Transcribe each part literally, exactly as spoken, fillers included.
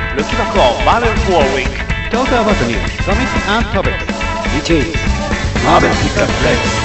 Looking back on Marvel for a week. Talk about the news, comics and topics. Which is Marvel Pickup Play.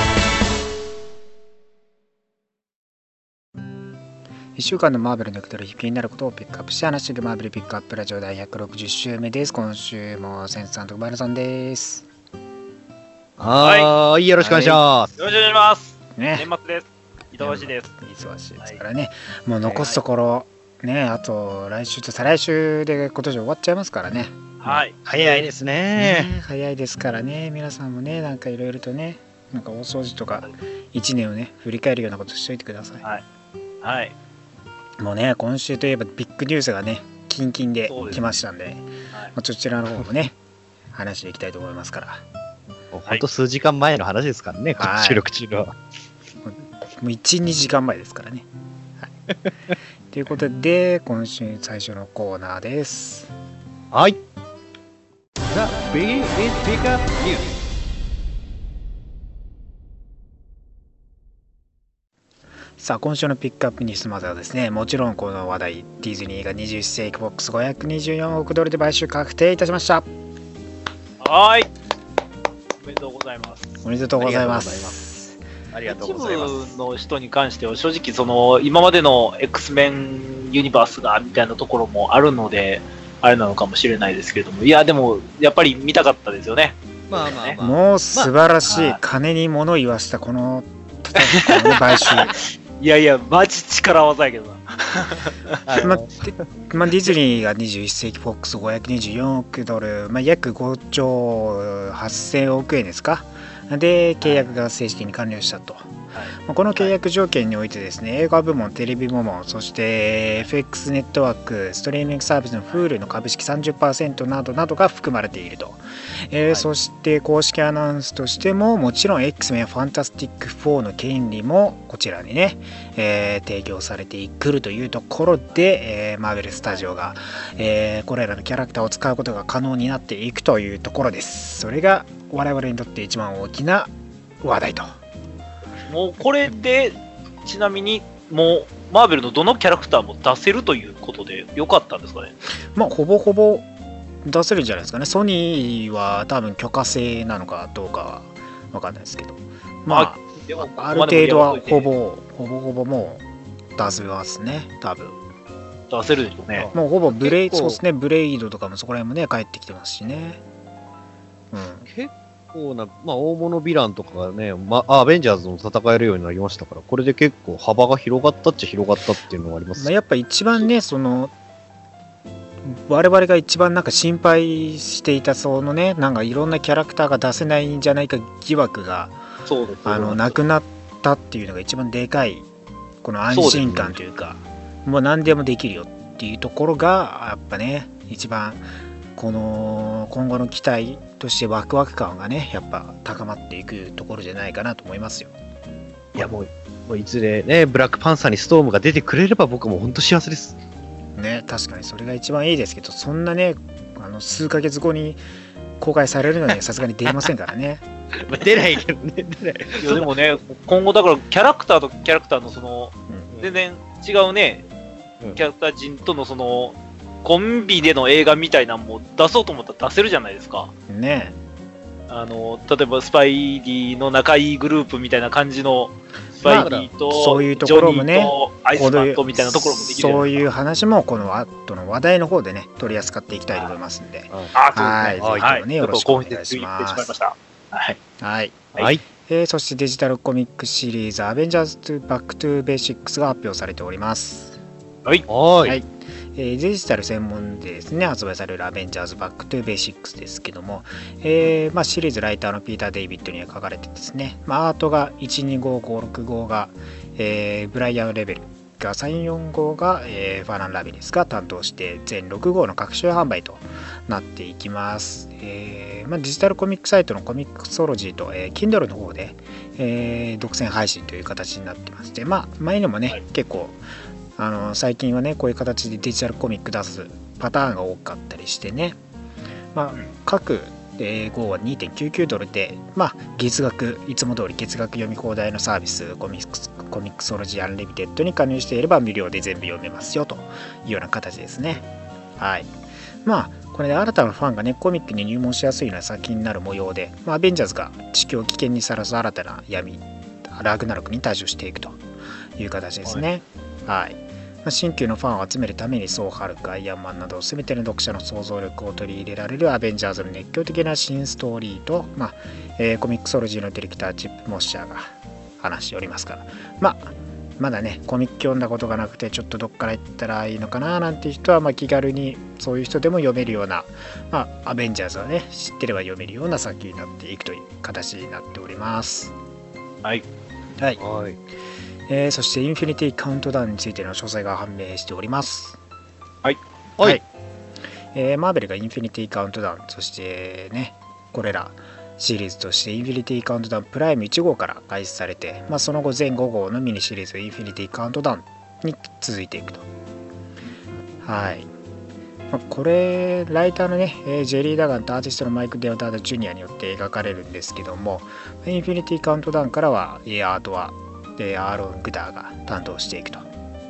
いっしゅうかんのマーベルの起きてる気になることをピックアップして話しているマーベルピックアップラジオ第ひゃくろくじゅっ週目です。今週もセンさんとバルさんです。 はーい、よろしくお願いします。 よろしくお願いします。 ね、 年末です。忙しいです。 忙しいですからね。はい、もう残すところ、はい、ね、あと来週と再来週で今年終わっちゃいますからね。 はい。 早いですね。 ね、早いですからね。皆さんもね、なんかいろいろとね、なんか大掃除とかいちねんをね振り返るようなことしておいてください。 はい。はい。 もうね、今週といえばビッグニュースがね、キンキンで来ましたんで、でね、はい、まあ、そちらの方もね、話していきたいと思いますから。 ほんと数時間前の話ですからね、はい、収録中の。 もういち、にじかんまえですからね。はい、ということで、今週最初のコーナーです。 はい。The Biggie is Pickup News。 さあ、今週のピックアップニュース、まずはですね、もちろんこの話題、ディズニーがにじゅっ世紀フォックスごひゃくにじゅうよんおくドルで買収確定いたしました。 はい、おめでとうございます。 おめでとうございます。 ありがとうございます。一部の人に関しては正直その今までの X メンユニバースがみたいなところもあるのであれなのかもしれないですけれども、いやでもやっぱり見たかったですよね。 まあまあまあ、 もう素晴らしい、まあ、金に物言わしたこのこの買収。 いやいや、マジ力技やけどな。 ままディズニーがにじゅういっ世紀フォックスごひゃくにじゅうよんおくドル、まあ、約ごちょうはっせんおくえんですか。で、契約が正式に完了したと。はい、この契約条件においてですね、映画部門、テレビ部門、そして エフエックス ネットワーク、ストリーミングサービスの Hulu の株式 さんじゅっパーセント などなどが含まれていると。えーはい、そして公式アナウンスとしても、もちろん X メンファンタスティックフォーの権利もこちらにね、えー、提供されてくるというところで、えー、マーベルスタジオが、えー、これらのキャラクターを使うことが可能になっていくというところです。それが我々にとって一番大きな話題と。 もうこれでちなみにもうマーベルのどのキャラクターも出せるということでよかったんですかね。 まあほぼほぼ出せるんじゃないですかね。ソニーは多分許可制なのかどうかは分かんないですけど、まあある程度はほぼほぼほぼもう出せますね。多分出せるでしょうね。 もうほぼブレイそうですね、ブレイドとかもそこら辺もね帰ってきてますしね。 うん、結構な、まあ、大物ヴィランとかがね、まあ、アベンジャーズも戦えるようになりましたから、これで結構幅が広がったっちゃ広がったっていうのがあります、ね。 まあ、やっぱ一番ね、その我々が一番なんか心配していたそのね、なんかいろんなキャラクターが出せないんじゃないか疑惑がそうですあのなくなったっていうのが一番でかい、この安心感というか、う、ね、もう何でもできるよっていうところがやっぱね、一番この今後の期待としてワクワク感がね、やっぱ高まっていくところじゃないかなと思いますよ。 いやもう、もういずれね、ブラックパンサーにストームが出てくれれば僕も本当幸せです。 ね、確かにそれが一番いいですけど、そんなね、あの数ヶ月後に公開されるのにはさすがに出ませんからね。 出ないけどね、出ない。 いやでもね、今後だからキャラクターとキャラクターのその、うん、全然違うね、うん、キャラクター陣とのそのコンビでの映画みたいなのも出そうと思ったら出せるじゃないですか。 ねえ。あの例えばスパイディの仲いいグループみたいな感じのスパイディと、まあ、 そういうところもね、 アイスマンとみたいなところもできるじゃないですか。 そういう話もこの後の話題の方でね取り扱っていきたいと思いますんで、 ああ、そうですね。 はい、ぜひともね、よろしくお願いします。 はいはい、 はい、 えー、そしてデジタルコミックシリーズアベンジャーズバックトゥーベーシックスが発表されております。 はい、 はい、えー、デジタル専門でですね発売されるアベンジャーズバックトゥーベーシックスですけども、えーまあ、シリーズライターのピーター・デイビッドには書かれてですね、まあ、アートがいちにごごろくごが、えー、ブライアン・レベルがさんよんごが、えー、ファラン・ラビリスが担当して全ろくごうの各種販売となっていきます。えーまあ、デジタルコミックサイトのコミックソロジーと、えー、Kindle の方で、えー、独占配信という形になってまして、まあ、前にもね、はい、結構あの最近はねこういう形でデジタルコミック出すパターンが多かったりしてね、まあ、各号は にてんきゅうきゅう ドルで、まあ、月額いつも通り月額読み放題のサービスコミックスコミックソロジーアンリミテッドに加入していれば無料で全部読めますよというような形ですね。はい。 まあこれで新たなファンがねコミックに入門しやすいような作品になる模様で、まあ、アベンジャーズが地球を危険にさらす新たな闇ラグナロクに対処していくという形ですね。はい、はいまあ、新旧のファンを集めるためにソーハルク、アイアンマンなど全ての読者の想像力を取り入れられるアベンジャーズの熱狂的な新ストーリーと、まあえー、コミックソロジーのディレクターチップ・モッシャーが話しておりますから、まあまだねコミック読んだことがなくてちょっとどっから行ったらいいのかななんていう人は、まあ、気軽にそういう人でも読めるような、まあ、アベンジャーズはね知ってれば読めるような作品になっていくという形になっております。 はい、 はいはいえー、そしてインフィニティカウントダウンについての詳細が判明しております。 はいはい、えー、マーベルがインフィニティカウントダウン、そしてねこれらシリーズとしてインフィニティカウントダウンプライムいち号から開始されて、まあ、その後全ご号のミニシリーズインフィニティカウントダウンに続いていくと。はい、まあ、これライターのねジェリー・ダガンとアーティストのマイク・デオタード・ジュニアによって描かれるんですけども、インフィニティカウントダウンからはアートはアーロン・グダーが担当していくと。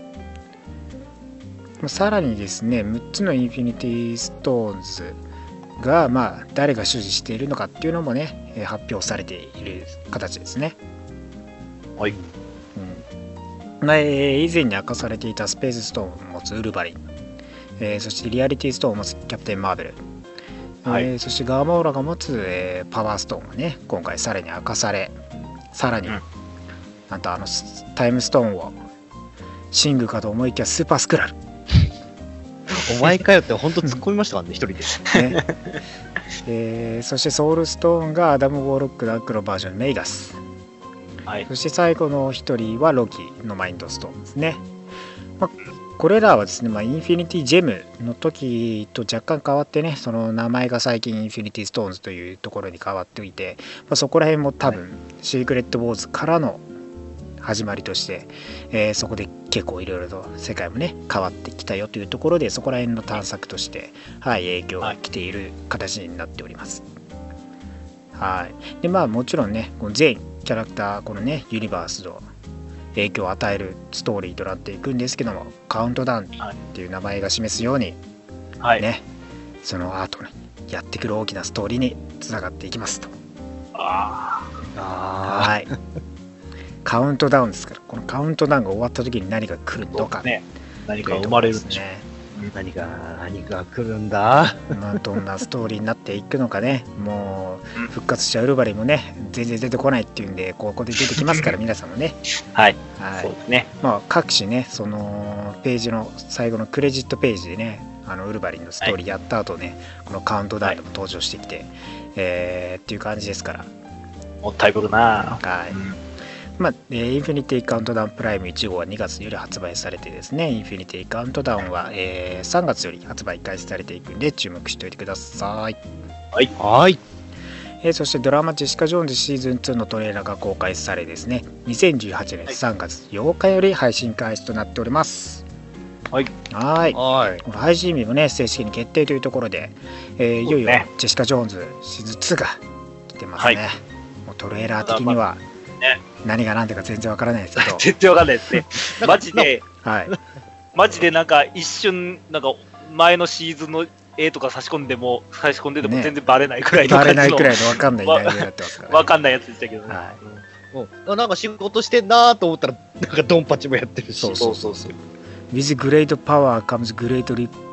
さらにですねむっつのインフィニティストーンズが、まあ、誰が所持しているのかっていうのもね発表されている形ですね。 はい、 うんまあ、以前に明かされていたスペースストーンを持つウルヴァリン、えー、そしてリアリティストーンを持つキャプテン・マーベル、はいえー、そしてガーモーラが持つ、えー、パワーストーンがね今回さらに明かされ、さらに、うん、なんとあのタイムストーンをシングかと思いきやスーパースクラルお前かよって本当突っ込みましたからね、一人で。ねえー、そしてソウルストーンがアダム・ウォーロック・ダックのバージョンメイガス、はい、そして最後の一人はロキのマインドストーンですね。まあ、これらはですね、まあ、インフィニティジェムの時と若干変わってね、その名前が最近インフィニティストーンズというところに変わっていて、まあ、そこら辺も多分、はい、シークレット・ウォーズからの始まりとして、えー、そこで結構いろいろと世界もね変わってきたよというところで、そこら辺の探索として、はい、影響が来ている形になっております。はい、でまあもちろんねこの全キャラクターこのねユニバースの影響を与えるストーリーとなっていくんですけども、カウントダウンっていう名前が示すように、はい、ねそのアートにやってくる大きなストーリーにつながっていきますと。 ああはいカウントダウンですから、このカウントダウンが終わった時に何が来るのか、 ね、何か生まれるんでしょうね。何が何が来るんだ、 まあ、どんなストーリーになっていくのかね。もう復活したウルヴァリンもね全然出てこないっていうんでここで出てきますから皆さんもねはい、はい、そうですね。 まあ各種ねそのページの最後のクレジットページでねあのウルヴァリンのストーリーやった後ね、はい、このカウントダウンでも登場してきて、はい、えー、っていう感じですから。 もったいぶるな。 はい、うんまあ、インフィニティカウントダウンプライムいち号はにがつより発売されてですね、インフィニティカウントダウンは、えー、さんがつより発売開始されていくんで注目しておいてください。 はい、 はいえー、そしてドラマジェシカ・ジョーンズシーズンツーのトレーラーが公開されですね、にせんじゅうはちねんさんがつようかより配信開始となっております。 はいはいはいこの配信日もね正式に決定というところで、えー、いよいよジェシカ・ジョーンズシーズンツーが来てますね。はい、もうトレーラー的にはね、何が何だか全然わからないですけど全然わかんないですねマジで、 はい、 マジでなんか一瞬なんか前のシーズンの絵とか差し込んでも差し込んでても全然バレないくらいの感じの、ね、バレないくらいのわかんない内容になってますから、ね、 わかんないやつでしたけどね、はいうん、なんか仕事してんなと思ったらなんかドンパチもやってるし、 そうそうそうそう With great power comes great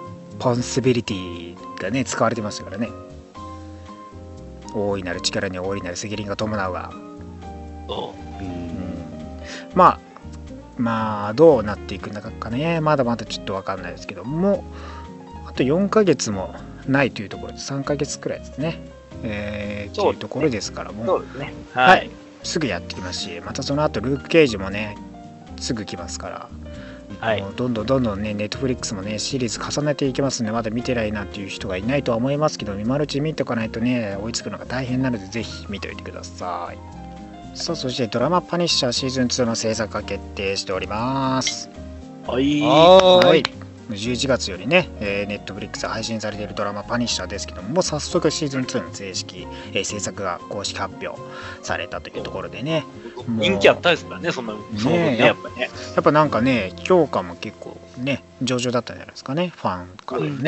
responsibility がね使われてましたからね。大いなる力には大いなる責任が伴うがうんうん、まあまあどうなっていくんだかねまだまだちょっと分かんないですけども、あとよんかげつもないというところでさんかげつくらいですね、えー、というところですからもうそうですね、 はいはい、すぐやってきますし、またその後ルーク・ケイジもねすぐ来ますから、はい、もうどんどんどんどんねネットフリックスもねシリーズ重ねていきますんで、まだ見てないなっていう人がいないとは思いますけど、今のうち見ておかないとね追いつくのが大変なのでぜひ見ておいてください。さあそしてドラマパニッシャーシーズンツーの制作が決定しております。 はいはいじゅういちがつよりね、えー、ネットフリックスで配信されているドラマパニッシャーですけども、もう早速シーズンツーの正式、えー、制作が公式発表されたというところでね、 人気あったですからね、そんなそのね、やっぱねやっぱなんかね評価も結構ね上々だったんじゃないですかね、ファンからね、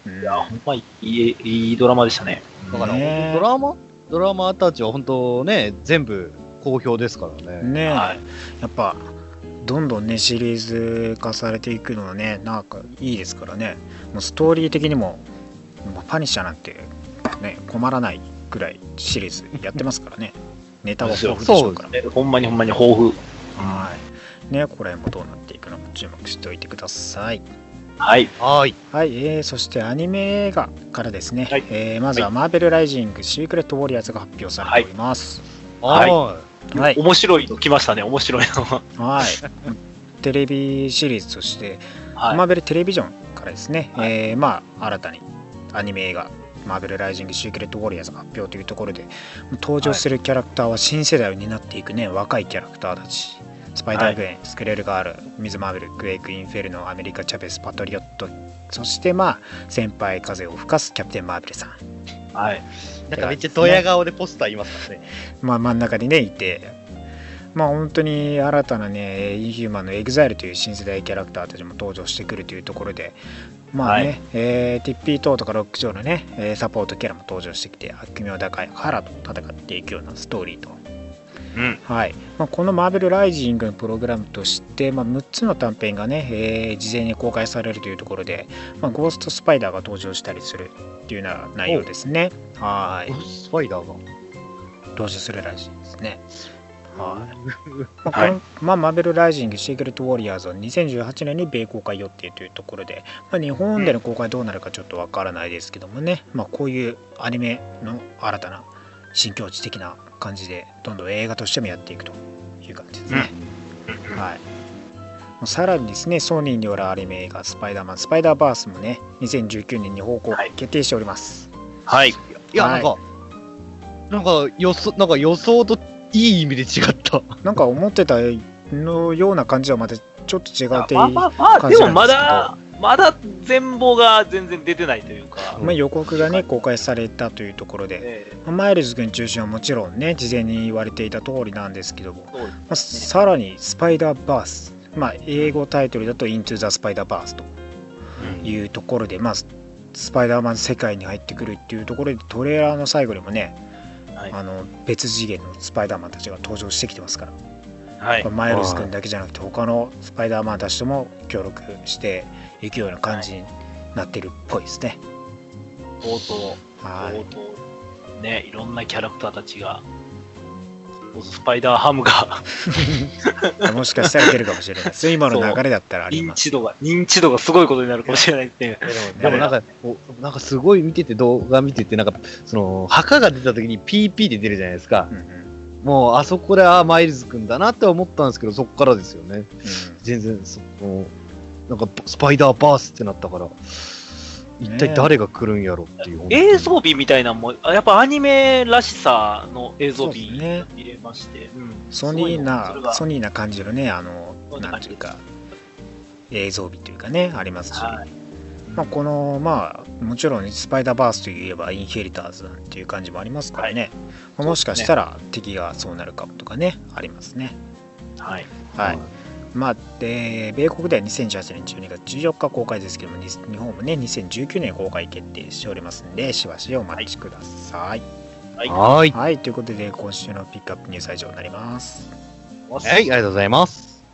うんいや、ほんまいい、いいドラマでしたね。 だから、 ねドラマドラマたちは本当ね、全部好評ですからね。 ねえ、 はい。 やっぱどんどんねシリーズ化されていくのはねなんかいいですからね。もうストーリー的にももうパニッシャーなんてね困らないぐらいシリーズやってますからね。ネタは豊富でしょうから。 ねほんまにほんまに豊富。 はい。ねここら辺もどうなっていくのか注目しておいてください。 はい。 はい。 はい、えー、そしてアニメ映画からですね、 はいえーまずはマーベルライジングシークレットウォリアーズが発表されております。 はいははい。 面白いの来ましたね、面白いの。 はい。テレビシリーズとして、 はい。 マーベルテレビジョンからですね、 はいえーまあ新たにアニメ映画マーベルライジングシークレットウォリアーズ発表というところで登場するキャラクターは新世代を担っていくね若いキャラクターたち。スパイダーグエン、スクレルガール、ミズ・マーベル、クエイク・インフェルノ、アメリカ・チャベス、パトリオット、そしてまあ先輩風を吹かすキャプテン・マーベルさん。 はい。 い。なんかめっちゃドヤ顔でポスターいますからね。 まあ真ん中にねいて、まあ本当に新たなねインヒューマンのエグザイルという新世代キャラクターたちも登場してくるというところで、まあね、 はいえーティッピー・トーとかロックショーのねえーサポートキャラも登場してきて悪名高いハラと戦っていくようなストーリーと、 うん。 はいまあ、このマーベルライジングのプログラムとして、まあ、むっつの短編がね、えー事前に公開されるというところで、まあ、ゴーストスパイダーが登場したりするっていうような内容ですね。はいスパイダーが。 登場するらしいですね。はいまあこはいのまあ、マーベルライジングシークレットウォリアーズはにせんじゅうはちねんに米公開予定というところで、まあ、日本での公開どうなるかちょっとわからないですけどもね、まあ、こういうアニメの新たな新境地的な感じでどんどん映画としてもやっていくという感じですね。はい、さらにですねソニーによるアニメ映画スパイダーマンスパイダーバースもねにせんじゅうきゅうねんに方向はい決定しております。 はい。 いや、なんか、なんか予想、なんか予想といい意味で違った。 なんか思ってたのような感じはまたちょっと違うていまあまあまあ、 感じなんですけどでもまだ、まだ全貌が全然出てないというか。 まあ、予告がね公開されたというところで、 えまあマイルズ君中心はもちろんね事前に言われていた通りなんですけども、 えそうまあ、さらにスパイダーバース、まあ、英語タイトルだと Into the Spider Verse というところで、まあ、スパイダーマン世界に入ってくるっていうところでトレーラーの最後にもね、 はいあの別次元のスパイダーマンたちが登場してきてますから、 はいまあマイルズ君だけじゃなくて他のスパイダーマンたちとも協力していくような感じになってるっぽいですね。 とうとう、 はいとうとう、ね、いろんなキャラクターたちが、スパイダーハムがもしかしたら出るかもしれないです。今の流れだったらあります。 認知度が、認知度がすごいことになるかもしれないっていう。 でもなんか、こうなんかすごい見てて、動画見てて、なんか、その、墓が出た時に ピーピー で出るじゃないですかう。んうんもう、あそこで、あ、マイルズくんだなって思ったんですけど、そこからですよね。 うん全然、その、なんか、スパイダーバースってなったから、一体誰が来るんやろっていう。 映像美みたいなのも、あやっぱアニメらしさの映像美そうですね見れまして、うんソニーすごいのそれがなソニーな感じのねあのそういう感じなんていうか映像美というかねありますし、 はいまあ、このまあもちろんスパイダーバースといえばインヘリターズなんていう感じもありますからね、まあもしかしたら敵がそうなるかもとかねありますね。 はい。 はい、まあで米国ではにせんじゅうはちねんじゅうにがつじゅうよっか公開ですけどもに日本もねにせんじゅうきゅうねん公開決定しておりますんでしばしお待ちください。 はい。 はーい。 はい、ということで今週のピックアップニュースは以上になります。 はい、ありがとうございます。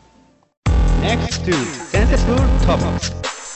Next to Sensible Topics.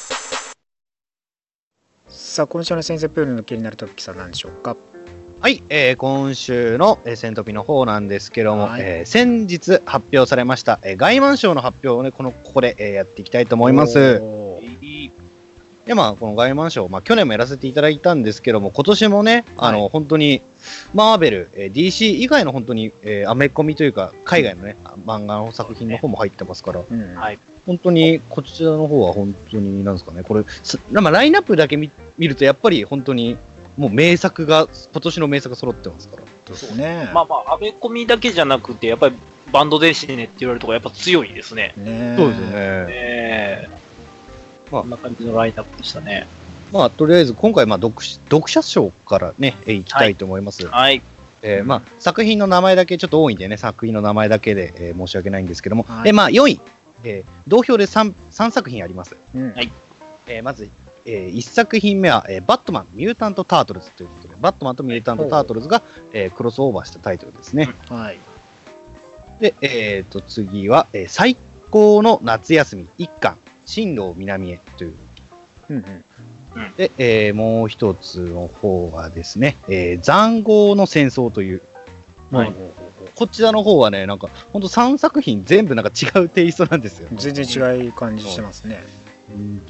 さあ今週の先生プールの気になるトピックスは何でしょうか。 はい、えー今週の、えー、セントピの方なんですけども、 はいえー先日発表されました、えー、ガイマン賞の発表をね、この、ここで、えーやっていきたいと思います。 おーいいで、まあ、このガイマン賞、まあ、去年もやらせていただいたんですけども、今年もね、あの、 はい本当に、マーベル、えー ディーシー 以外の本当に、えーアメコミというか、海外のね、漫画の作品の方も入ってますから、 うんはい本当に、こちらの方は本当に、なんですかね、これ、すまあ、ラインナップだけ見見ると、やっぱり本当に、もう名作が、今年の名作が揃ってますから。 そうですね。 まあまあ、アメコミだけじゃなくて、やっぱりバンドで死ねって言われるところやっぱ強いですね。 ねそうですよね。 ええまあこんな感じのラインナップでしたね。 まあ、とりあえず、今回、まあ読し、読者賞からね、えーいきたいと思います。 はい。 えーまあ、作品の名前だけちょっと多いんでね、作品の名前だけで、えー申し訳ないんですけども、 はいで、まあ、よんい、えー同票で 3, さん作品あります。 うんはいえーまず、 えー、いっさく品目は、えー、バットマン、ミュータント・タートルズということで、バットマンとミュータント・タートルズが、えー、クロスオーバーしたタイトルですね。 はい。 で、えー、と次は、えー、最高の夏休みいっかん、進路南へという。 うんうんで、えー、もう一つの方はですね、えー、塹壕の戦争という。 はいもうこちらの方はね、なんか、ほんとさんさく品全部なんか違うテイストなんですよ。 全然違い感じしてますね。 本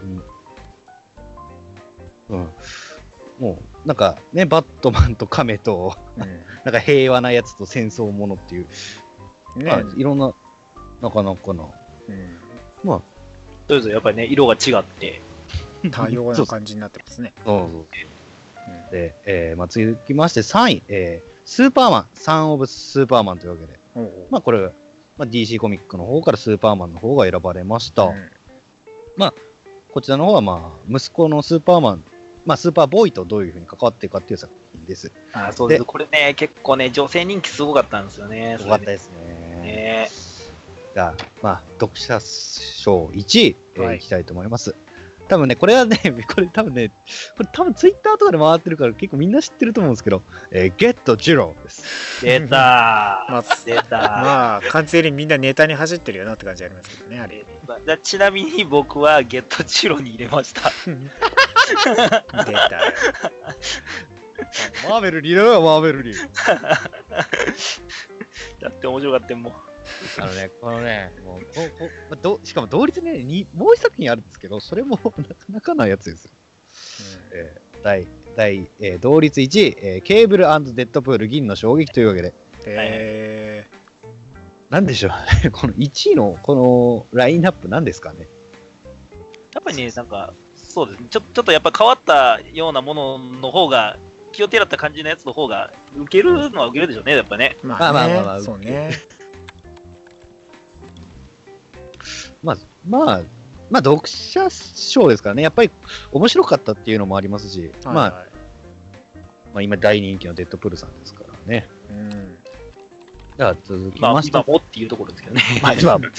当に。うん。もう、なんかね、バットマンとカメと、 うん、 なんか平和なやつと戦争ものっていう、 ね、 まあ、いろんな、なかなかな。 うん、 まあ、 とりあえずやっぱりね、色が違って、 多様な感じになってますね。 そうそう。で、えーまあ、続きましてさんい、えー、スーパーマン、サン・オブ・スーパーマンというわけで、 うん、 まあこれ、まあ、ディーシー コミックの方からスーパーマンの方が選ばれました。 うん、 まあ、こちらの方は、まあ、息子のスーパーマン、まあ、スーパーボーイとどういうふうに関わっていくかっていう作品です。 あそうです。これね、結構ね、女性人気すごかったんですよね。 すごかったですね。ねじゃあ、まあ、読者賞いちい、えーはい、いきたいと思います。多分ね、これはね、これ多分ね、これ多分ツイッターとかで回ってるから結構みんな知ってると思うんですけど、えー、ゲットジローです。 出たー。まあ、出たー。 まあ、完全にみんなネタに走ってるよなって感じありますけどね、あれ。 だちなみに僕はゲットジローに入れました。 出たよ。 マーベルに入れろよ、マーベルに。 だって面白かったもん。 あのね、このね、もうここまどしかも同率ねに、もう一作品あるんですけど、それもなかなかなやつですよ。うんえー、第、第、えー、同率いちい、えー、ケーブル&デッドプール銀の衝撃というわけで。 えー、なんでしょうね、このいちいのこのラインナップなんですかね。 やっぱりね、なんか、そうですね、ちょちょっとやっぱ変わったようなものの方が、気をてらった感じのやつの方が、受けるのは受けるでしょうね、やっぱね。 まあまあまあまあ、そうね。 まあ、まあ、まあ、読者賞ですからね、やっぱり面白かったっていうのもありますし、はいはい、まあ、まあ、今大人気のデッドプールさんですからね。うん。じゃあ続きまして。 今もっていうところですけどね。 まあ、今も。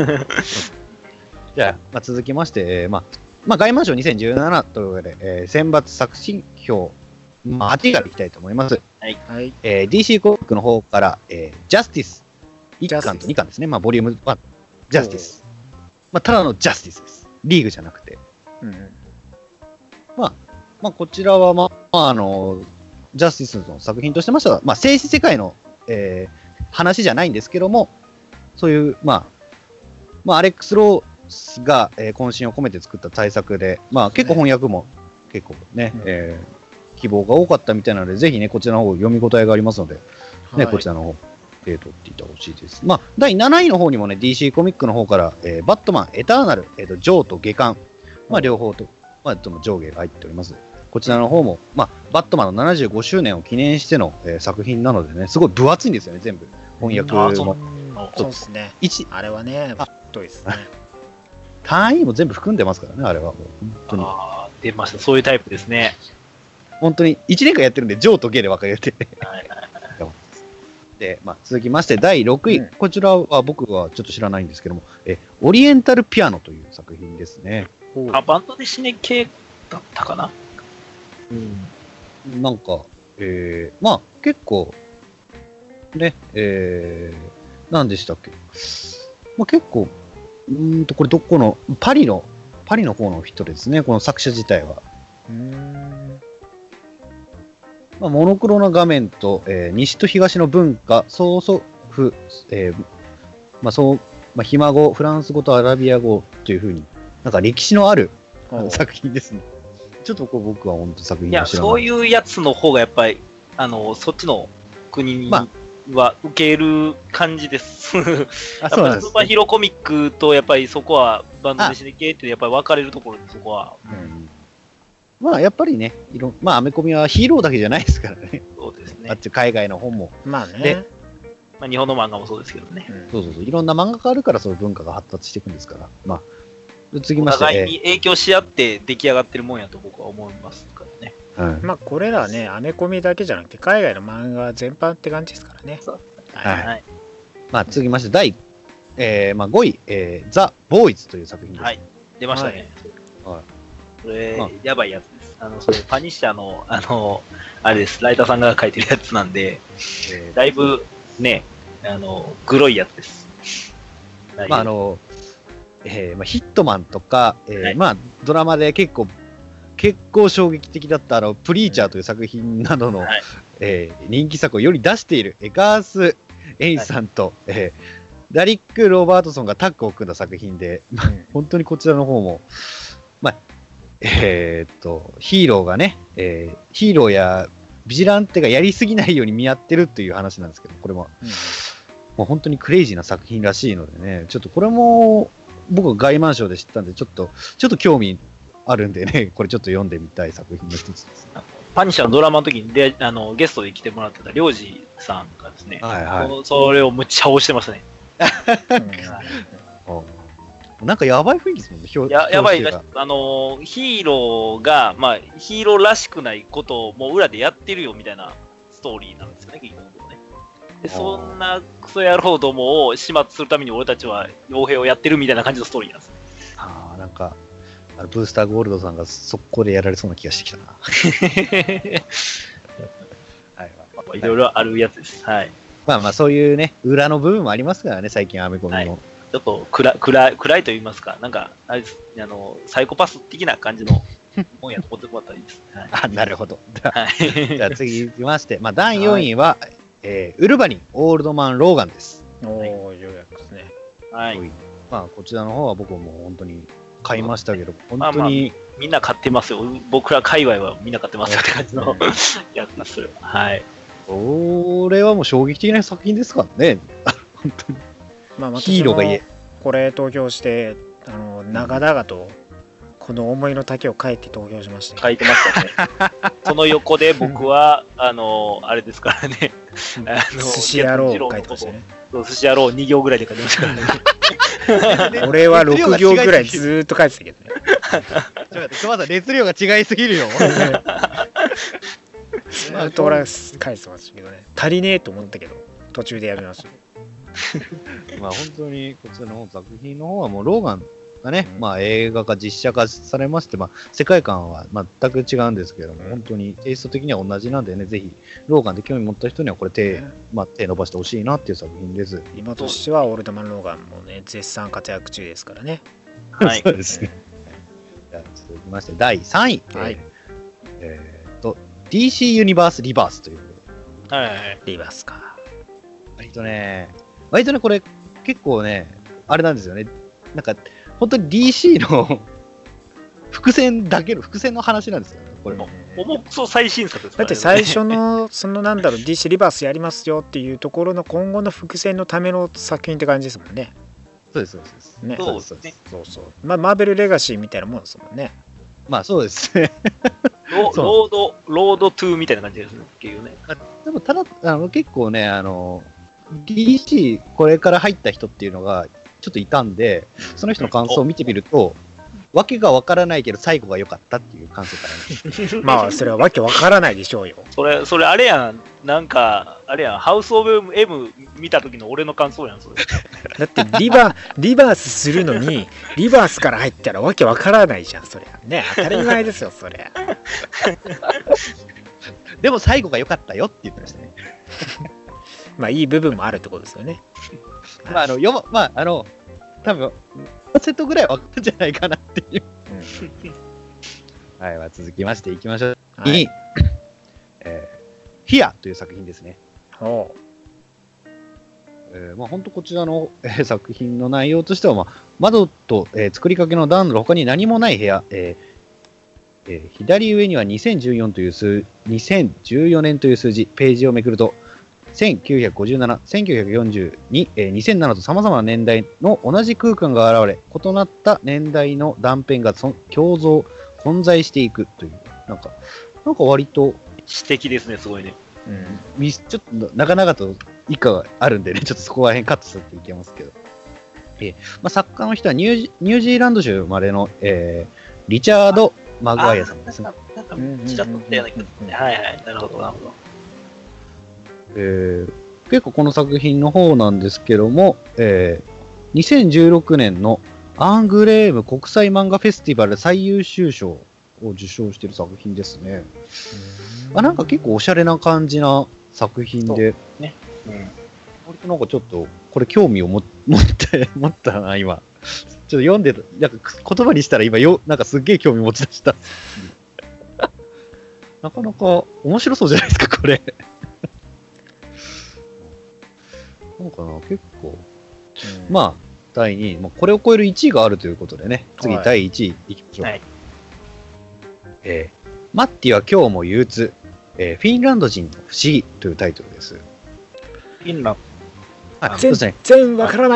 じゃあ、まあ、続きまして、えー、まあ、まあ、外漫賞にせんじゅうななというわけで、えー、選抜作品表、まあ、はちからいきたいと思います。 はい。 えー、ディーシー コミックの方から、えー、ジャスティスいっかんとにかんですね。まあ、ボリュームいち、ジャスティス。まあ、ただのジャスティスです。リーグじゃなくて。うん、まあ、まあ、こちらは、まあ、あの、ジャスティスの作品としてましたら、まあ、静止世界の、えー、話じゃないんですけども、そういう、まあ、まあ、アレックス・ロースが、えー、渾身を込めて作った大作で、まあ、結構翻訳も、結構ね、うん、えー、希望が多かったみたいなので、ぜひね、こちらの方読み応えがありますので、ね、はい、こちらの方。えー、取っていたほしいです。まあ、だいなないの方にもね、ディーシー コミックの方から、えー、バットマン、エターナル、えーと、ジョーと下巻、まあ、両方と、まあ、との上下が入っております。こちらの方も、まあ、バットマンのななじゅうごしゅうねんを記念しての、えー、作品なのでね、すごい分厚いんですよね、全部。翻訳も。 そうですね。あれはね、太いですね。 単位も全部含んでますからね、あれはもう。本当に。 ああ、出ました。そういうタイプですね。 本当に、いちねんかんやってるんで、ジョーとゲーで分かれて。はいはいはいでまあ、続きましてだいろくい、うん、こちらは僕はちょっと知らないんですけども、えオリエンタルピアノという作品ですね。 あ、バンドでシネ系だったかな。 うん、なんか、えー、まあ結構ね、えー、何でしたっけ、まあ、結構うーんとこれどこのパリのパリの方の人ですね、この作者自体は。うーんまあ、モノクロな画面と、えー、西と東の文化、曽祖父、えー、まあそう、まあ、ひ孫、フランス語とアラビア語というふうに、なんか歴史のある作品ですね。ちょっとこう僕は本当作品いや、そういうやつの方がやっぱり、あの、そっちの国には受ける感じです。まあ、やっぱりスーパーヒーローコミックとやっぱりそこはバンドでシネ系ってやっぱり分かれるところでそこは。うんまあやっぱりね、いろまあアメコミはヒーローだけじゃないですからね。 そうですね。 あっち海外の本も。 まあね。 で、 まあ日本の漫画もそうですけどね。 うん、そうそうそう。いろんな漫画があるからそういう文化が発達していくんですから。まあ、次まして。 お互いに影響し合って出来上がってるもんやと僕は思いますからね。 うん、まあこれらね、アメコミだけじゃなくて海外の漫画全般って感じですからね。そう。 はい。はい、まあ次ましてだい、えーまあ、ごい、えー、ザ・ボーイズという作品です。 はい。出ましたね。 はい。 それ、まあ、やばいやつです。あの、それ、パニッシャーの、あの、あれです、ライターさんが書いてるやつなんで、えー、だいぶ、ね、あの、グロいやつです。 まあ、あの、えーまあ、ヒットマンとか、えーはい、まあ、ドラマで結構、結構衝撃的だったあのプリーチャーという作品などの、はい、えー、人気作をより出しているガース・エインさんと、はい、えー、ダリック・ロバートソンがタッグを組んだ作品で、まあ、本当にこちらの方も、まあ、えー、っと、ヒーローがね、えー、ヒーローやビジランテがやりすぎないように見合ってるっていう話なんですけど、これも、うん、もう本当にクレイジーな作品らしいのでね、ちょっとこれも僕はガイマンショーで知ったんで、ちょっと、ちょっと興味あるんでね、これちょっと読んでみたい作品の一つです。 パニッシャーのドラマの時にであのゲストで来てもらってたりょうじさんがですね、 はいはい、 そ, それをむっちゃ押してましたね。 うん、なんかやばい雰囲気ですもんね、 表ややばい、あのヒーローが、まあ、ヒーローらしくないことをもう裏でやってるよみたいなストーリーなんですよね、結局ね。でそんなクソ野郎どもを始末するために俺たちは傭兵をやってるみたいな感じのストーリーなんですね。 ああ、なんかあのブースターゴールドさんが速攻でやられそうな気がしてきたな。 はい、いろいろあるやつです。はい。 まあまあそういうね、裏の部分もありますからね、最近アメコミの。はい、 ちょっと暗暗暗いと言いますか、なんかあれです、あのサイコパス的な感じの本やと思ってもらったらいいです。はい、 あ、なるほど。はい、じゃあ次行きまして、まあだいよんいは、はい、えー、ウルヴァリンオールドマンローガンです。 おお、はい、ようやくですね。 はい。 まあこちらの方は僕も本当に買いましたけど、本当に、まあまあ、 みんな買ってますよ。僕ら界隈はみんな買ってますよって感じのやつです。はい。 これはもう衝撃的な作品ですからね。本当に。 まあ、 ヒーローが言え。 これ投票して、あの長々とこの思いの丈を書いて投票しました、ね。 書いてましたね。その横で僕はあのあれですからね。 あの寿司野郎を書いてましたね。 寿司野郎に行ぐらいで書いてましたからね。 俺はろく行ぐらいずーっと書いてたけどね。 ちょっと待って、熊さん熱量が違いすぎるよ。 ずーっと俺は書いてましたけどね。足りねえと思ったけど途中でやめました。 まあ本当にこちらの作品の方はもうローガンがね、うん、まあ映画化実写化されまして、まあ世界観は全く違うんですけれども、うん、本当にテイスト的には同じなんでね、ぜひローガンで興味持った人にはこれ手、うん、まあ手伸ばしてほしいなっていう作品です。 今としてはオールドマンローガンもね絶賛活躍中ですからね。 はい。そうですね。じゃあ続きましてだいさんい、はい、えー、と ディーシー ユニバースリバースという、 はいはいはい、 リバースか。 割とね、割とねこれ結構ねあれなんですよね。なんか本当に ディーシー の伏線だけの伏線の話なんですよね。これも重くそ最新作ですからね。 だって最初のそのなんだろう ディーシー リバースやりますよっていうところの今後の伏線のための作品って感じですもんね。 そうですそうですね。 そうですね。 そうそう。まあマーベルレガシーみたいなもんですもんね。 まあそうですね。 ロ, ロードロードトゥーみたいな感じですね。っていうね。 でもただあの結構ねあの ディーシー これから入った人っていうのがちょっといたんで、その人の感想を見てみると、わけがわからないけど最後が良かったっていう感想からね。 まあそれはわけわからないでしょうよ。 それそれあれやん、なんかあれやん、ハウスオブ M 見た時の俺の感想やんそれ。 だってリバリバースするのにリバースから入ったらわけわからないじゃんそりゃね。当たり前ですよそりゃ。 でも最後が良かったよって言ってましたね。 まあいい部分もあるってことですよね。 まああのよままああの多分セットぐらいは分かったんじゃないかなっていう。うん、はい、まあ、続きましていきましょう。はい、に、えー、ヒアという作品ですね。 おえー、まあ本当こちらの、えー、作品の内容としては、まあ、窓と、えー、作りかけの暖炉の他に何もない部屋、えーえー、左上にはにせんじゅうよんという数にせんじゅうよねんという数字、ページをめくるとせんきゅうひゃくごじゅうなな、せんきゅうひゃくよんじゅうに、えー、にせんななと様々な年代の同じ空間が現れ、異なった年代の断片がそ共存、混在していくという、なんか、なんか割と詩的ですね、すごいね。 うん、ちょっと長々と以下があるんでね、ちょっとそこら辺カットするといけますけど、えーまあ、作家の人はニュージ、ニュージーランド州までの、えー、リチャード・マグワイアさんですね。 なんか、ちらっとったような気がするね。はいはい、なるほど、なるほど。 えー、結構この作品の方なんですけども、えー、にせんじゅうろくねんのアングレーム国際漫画フェスティバル最優秀賞を受賞している作品ですね。あ、なんか結構おしゃれな感じな作品で、ね、うん、割となんかちょっとこれ興味をも持って持ったな今。ちょっと読んでなんか言葉にしたら今よなんかすっげえ興味持ち出した。なかなか面白そうじゃないですかこれ。なんかな結構、うん、まあだいにい、まあ、これを超えるいちいがあるということでね、次だいいちいいきましょう。はい、えー、マッティは今日も憂鬱、えー、フィンランド人の不思議というタイトルです。 フィンランド、はい、全然わからない。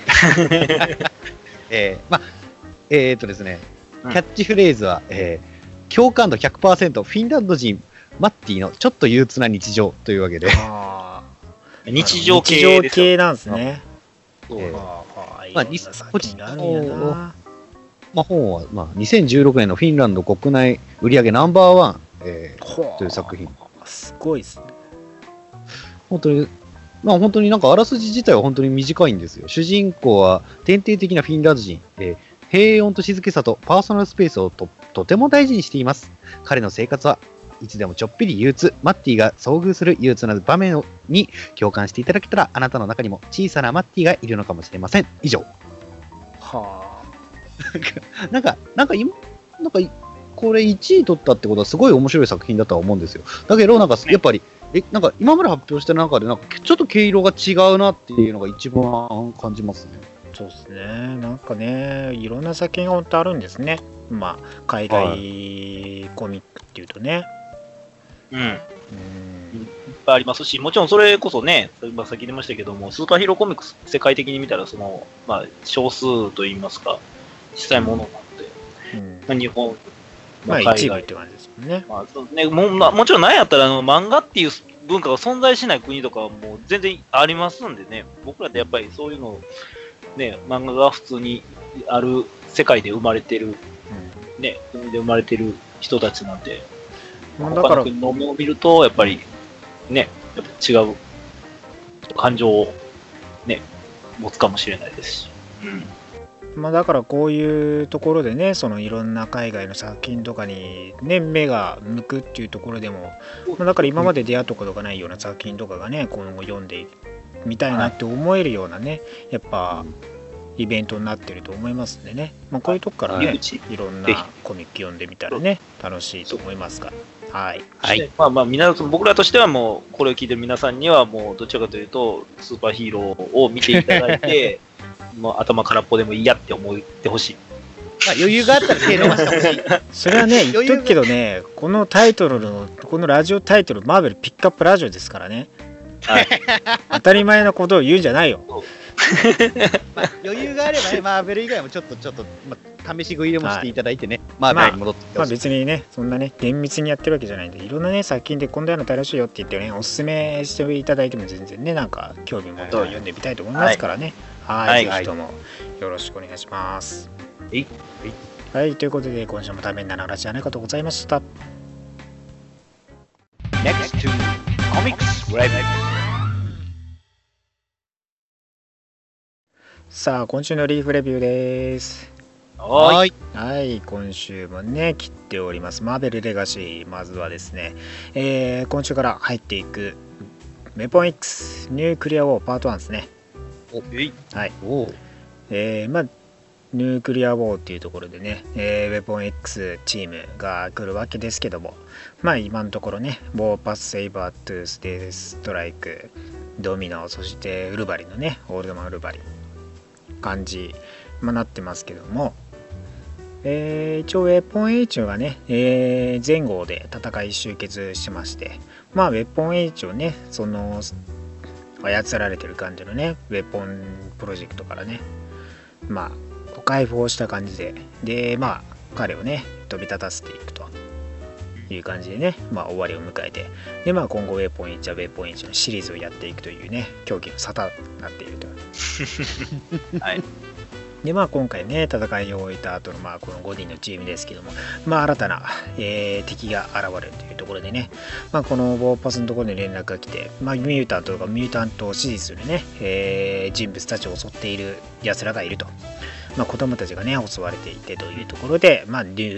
えー、まあえー、っとですね、キャッチフレーズは、えー、共感度 ひゃくパーセント フィンランド人マッティのちょっと憂鬱な日常というわけで、 あ日常系日常系なんですね。 えー、まあ、こちらのまあ、本は、まあ、にせんじゅうろくねんのフィンランド国内売上ナンバーワン、えー、という作品。 すごいですね。 本当に、まあ、本当になんかあらすじ自体は本当に短いんですよ。主人公は典型的なフィンランド人、えー、平穏と静けさとパーソナルスペースを と, とても大事にしています。彼の生活はいつでもちょっぴり憂鬱、マッティが遭遇する憂鬱な場面に共感していただけたら、あなたの中にも小さなマッティがいるのかもしれません。以上。はあ。なんか、なんか今、なんか、これいちい取ったってことはすごい面白い作品だとは思うんですよ。だけど、なんか、やっぱり、え、なんか今まで発表してる中で、なんかちょっと毛色が違うなっていうのが一番感じますね。 そうですね。なんかね、いろんな作品が本当あるんですね。まあ、海外コミックっていうとね。 うん。うん、いっぱいありますし、もちろんそれこそね、今先出ましたけども、スーパーヒーローコミックス世界的に見たら、その、まあ、少数といいますか、小さいものなので、うん、日本、 まあ、海外、まあ、一部って感じですもんね。 まあそうね、も, まあ、もちろん何やったらあの漫画っていう文化が存在しない国とかはもう全然ありますんでね、僕らってやっぱりそういうの、ね、漫画が普通にある世界で生まれてる、うん、ね、国で生まれてる人たちなんで、だから他の国の目を見ると、やっぱりね、やっぱ違う感情をね、持つかもしれないですし。うんまあ、だからこういうところでね、そのいろんな海外の作品とかに、ね、目が向くっていうところでも、まあ、だから今まで出会ったことがないような作品とかがね、今後読んでみたいなって思えるようなね、やっぱイベントになってると思いますんでね、まあ、こういうとこからね、いろんなコミック読んでみたらね、楽しいと思いますから。はい。 はい。まあまあ、皆さん、僕らとしてはもう、これを聞いてる皆さんにはもう、どちらかというと、スーパーヒーローを見ていただいて、もう頭空っぽでもいいやって思ってほしい。 まあ余裕があったら手伸ばしてほしい。 それはね、言っとくけどね、このタイトルの、このラジオタイトル、マーベルピックアップラジオですからね。はい、当たり前のことを言うんじゃないよ。 まあ、余裕があればね、マーベル以外もちょっと、ちょっと、まあ、試し食いでもしていただいてね、はい、マーベルに戻ってきてほしい。 まあ、まあ別にね、そんなね、厳密にやってるわけじゃないんで、いろんなね、作品でこんなの楽しいよって言ってね、おすすめしていただいても全然ね、なんか興味持って読んでみたいと思いますからね。はい、はい、ぜひともよろしくお願いします。 はい、 はい、ということで、今週もためになる話ありがとうございました。 Next to Comics Review。 さあ、今週のリーフレビューです。 はい。 はい、今週もね、切っております。マーベルレガシー、まずはですね、えー、今週から入っていく、メポン X、ニュークリアウォーパートワンですね。 おはい。おえー、まあ、ニュークリアウォーっていうところでね、えー、ウェポン X チームが来るわけですけども、まあ今のところね、ウォーパス、セイバー、トゥース、デストライク、ドミノ、そしてウルバリンのね、オールドマンウルバリン。感じ、まあ、なってますけども、えー、一応ウェポン H がね、えー、前後で戦い終結しまして、まあウェポン H をね、その操られてる感じのね、ウェポンプロジェクトからね、まあ解放した感じで、でまあ彼をね飛び立たせていくという感じでね、まあ終わりを迎えて、でまあ今後ウェポン H はウェポン H のシリーズをやっていくというね、競技の沙汰になっていると。 はい。 でまあ今回ね戦いを終えた後のまあこのごにんのチームですけども、まあ新たな、えー、敵が現れるというところでね、まあこのボーパスのところに連絡が来て、まあミュータントとかミュータントを支持するね、えー、人物たちを襲っている奴らがいると。まあ子供たちがね襲われていてというところで、まあニュ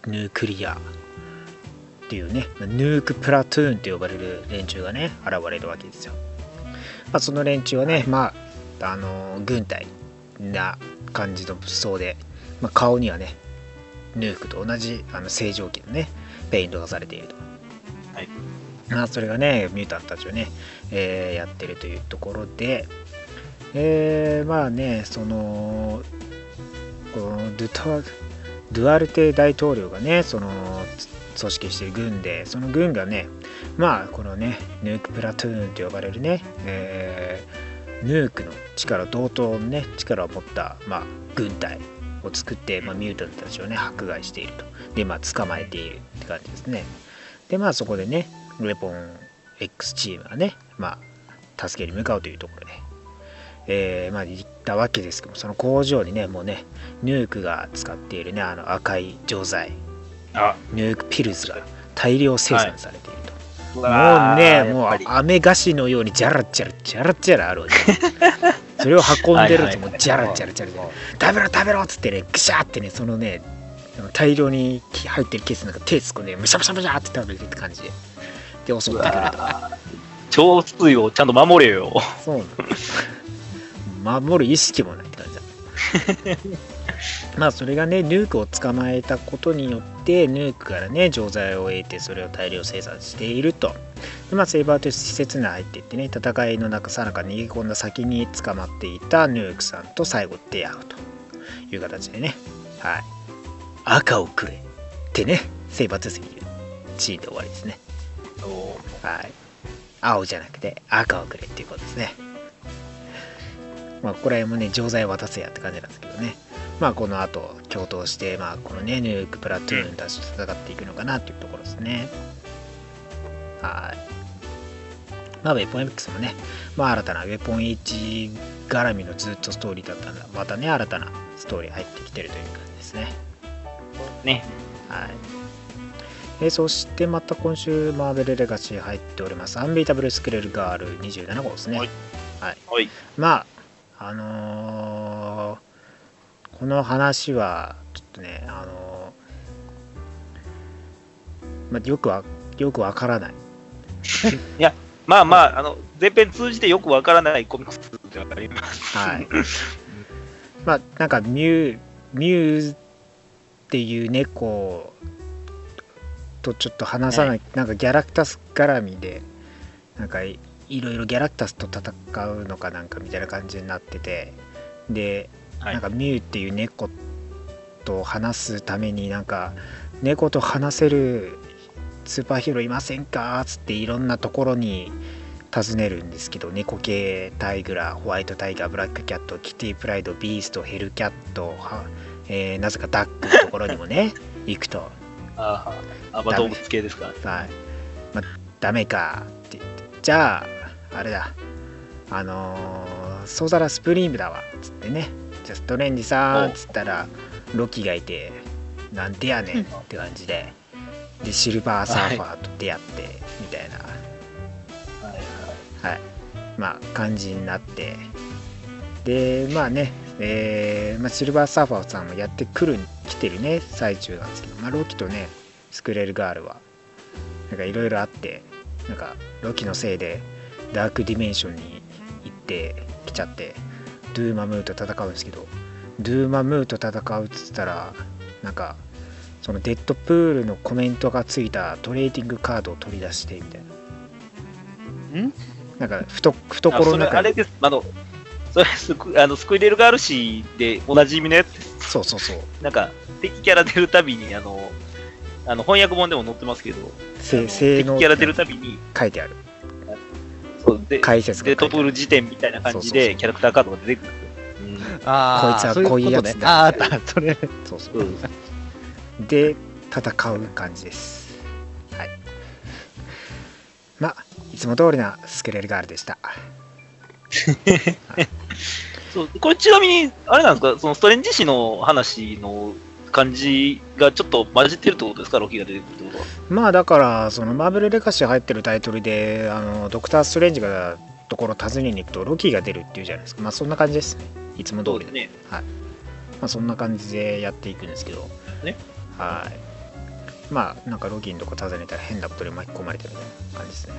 ヌークリアっていうね、ヌークプラトゥーンと呼ばれる連中がね現れるわけですよ。まあ、その連中はね、まああの軍隊な感じの武装で、まあ、顔にはねヌークと同じあの正常期のねペイントがされていると。 はい。 まあそれがねミュータントたちをね、えー、やってるというところで、えー、まあねそのこのドゥタドゥアルテ大統領がねその組織している軍で、その軍がねまあこのねヌークプラトゥーンと呼ばれるね、えー、ヌークの力同等のね力を持った、まあ、軍隊を作って、まあ、ミュータントたちをね迫害していると。でまあ捕まえているって感じですね。でまあそこでねウェポン X チームがねまあ助けに向かうというところで、えー、まあ行ったわけですけども、その工場にねもうねヌークが使っているねあの赤い錠剤、 あヌークピルズが大量生産されていると、 はい、 もうねもう飴菓子のようにジャラジャラジャラジャラあるわけそれを運んでるともうジャラジャラジャラ食べろ食べろっつってねグシャーってねそのね大量に入ってるケースなんか手つくねむしゃむしゃむしゃって食べてるって感じでで襲ってくると。 超水をちゃんと守れよ。 そうなの守る意識もないって感じだまあそれがねヌークを捕まえたことによってヌークからね錠剤を得てそれを大量生産していると。でまあセイバーという施設に入っていってね戦いの中さなか逃げ込んだ先に捕まっていたヌークさんと最後出会うという形でね、はい、赤をくれってねセイバーというシーンで終わりですね。はい、青じゃなくて赤をくれっていうことですね。まあこれもね錠剤渡せやって感じなんですけどね。まあこの後共闘してまあこのねヌークプラトゥーンたちと戦っていくのかなっていうところですね。はい。まあウェポン X もねまあ新たなウェポン H 絡みのずっとストーリーだったんだ。またね新たなストーリー入ってきてるという感じですね。 ね。 はい。えー、そしてまた今週マーベルレガシー入っておりますアンビータブルスクレルガールにじゅうなな号ですね。はい。はいはい、 まああのー、この話はちょっとねあのー、まあ、よくはよくわからない。 いやまあまああの前編通じてよくわからないコミックスではあります。 はい。まあなんかミュウミュウっていう猫とちょっと話さない、はい、なんかギャラクタス絡みでなんかいろいろギャラクタスと戦うのかなんかみたいな感じになってて、で、はい、なんかミュウっていう猫と話すためになんか猫と話せるスーパーヒーローいませんかつっていろんなところに尋ねるんですけど、猫系タイグラホワイトタイガーブラックキャットキティプライドビーストヘルキャット、えー、なぜかダックのところにもね行くとああ、まあ、動物系ですか、 はい、まあ、ダメかって言って、じゃああれだあのー、ソーザラスプリームだわっつってね、じゃあストレンジさんっつったらロキがいてなんてやねんって感じで、でシルバーサーファーと出会ってみたいな、はいはいはい、まあ感じになって、でまあね、えーまあ、シルバーサーファーさんもやってくる来てるね最中なんですけど、まあ、ロキとねスクレルガールはなんかいろいろあって、なんかロキのせいでダークディメンションに行ってきちゃってドゥーマムーと戦うんですけど、ドゥーマムーと戦うっつったらなんかそのデッドプールのコメントがついたトレーディングカードを取り出してみたいな、んなんかふと懐の中にあれです、あのそれスクあのスクリルガールシーでおなじみのやつです。 そうそうそう、 なんか敵キャラ出るたびにあのあの翻訳本でも載ってますけど、 敵キャラ出るたびに書いてある、 そうで解説がデッドプール辞典みたいな感じでキャラクターカードが出てくる。 あこいつはこういうやつだ、 ああったそれそうそう、うん、で戦う感じです。はい。まあいつも通りなスクレルガールでした。はい、 そうこれちなみにあれなんですか、そのストレンジ氏の話の感じがちょっと混じってるってことですか、ロキが出てくるってことは。 まあだからそのマーベルレガシー入ってるタイトルであのドクター・ストレンジがところ訪ねに行くとロキが出るっていうじゃないですか。まあそんな感じですね、いつも通りで、ね、はい。まあそんな感じでやっていくんですけど、ね、はい。 まあなんかロギンとか訪ねたら変なことに巻き込まれてるみたいな感じですね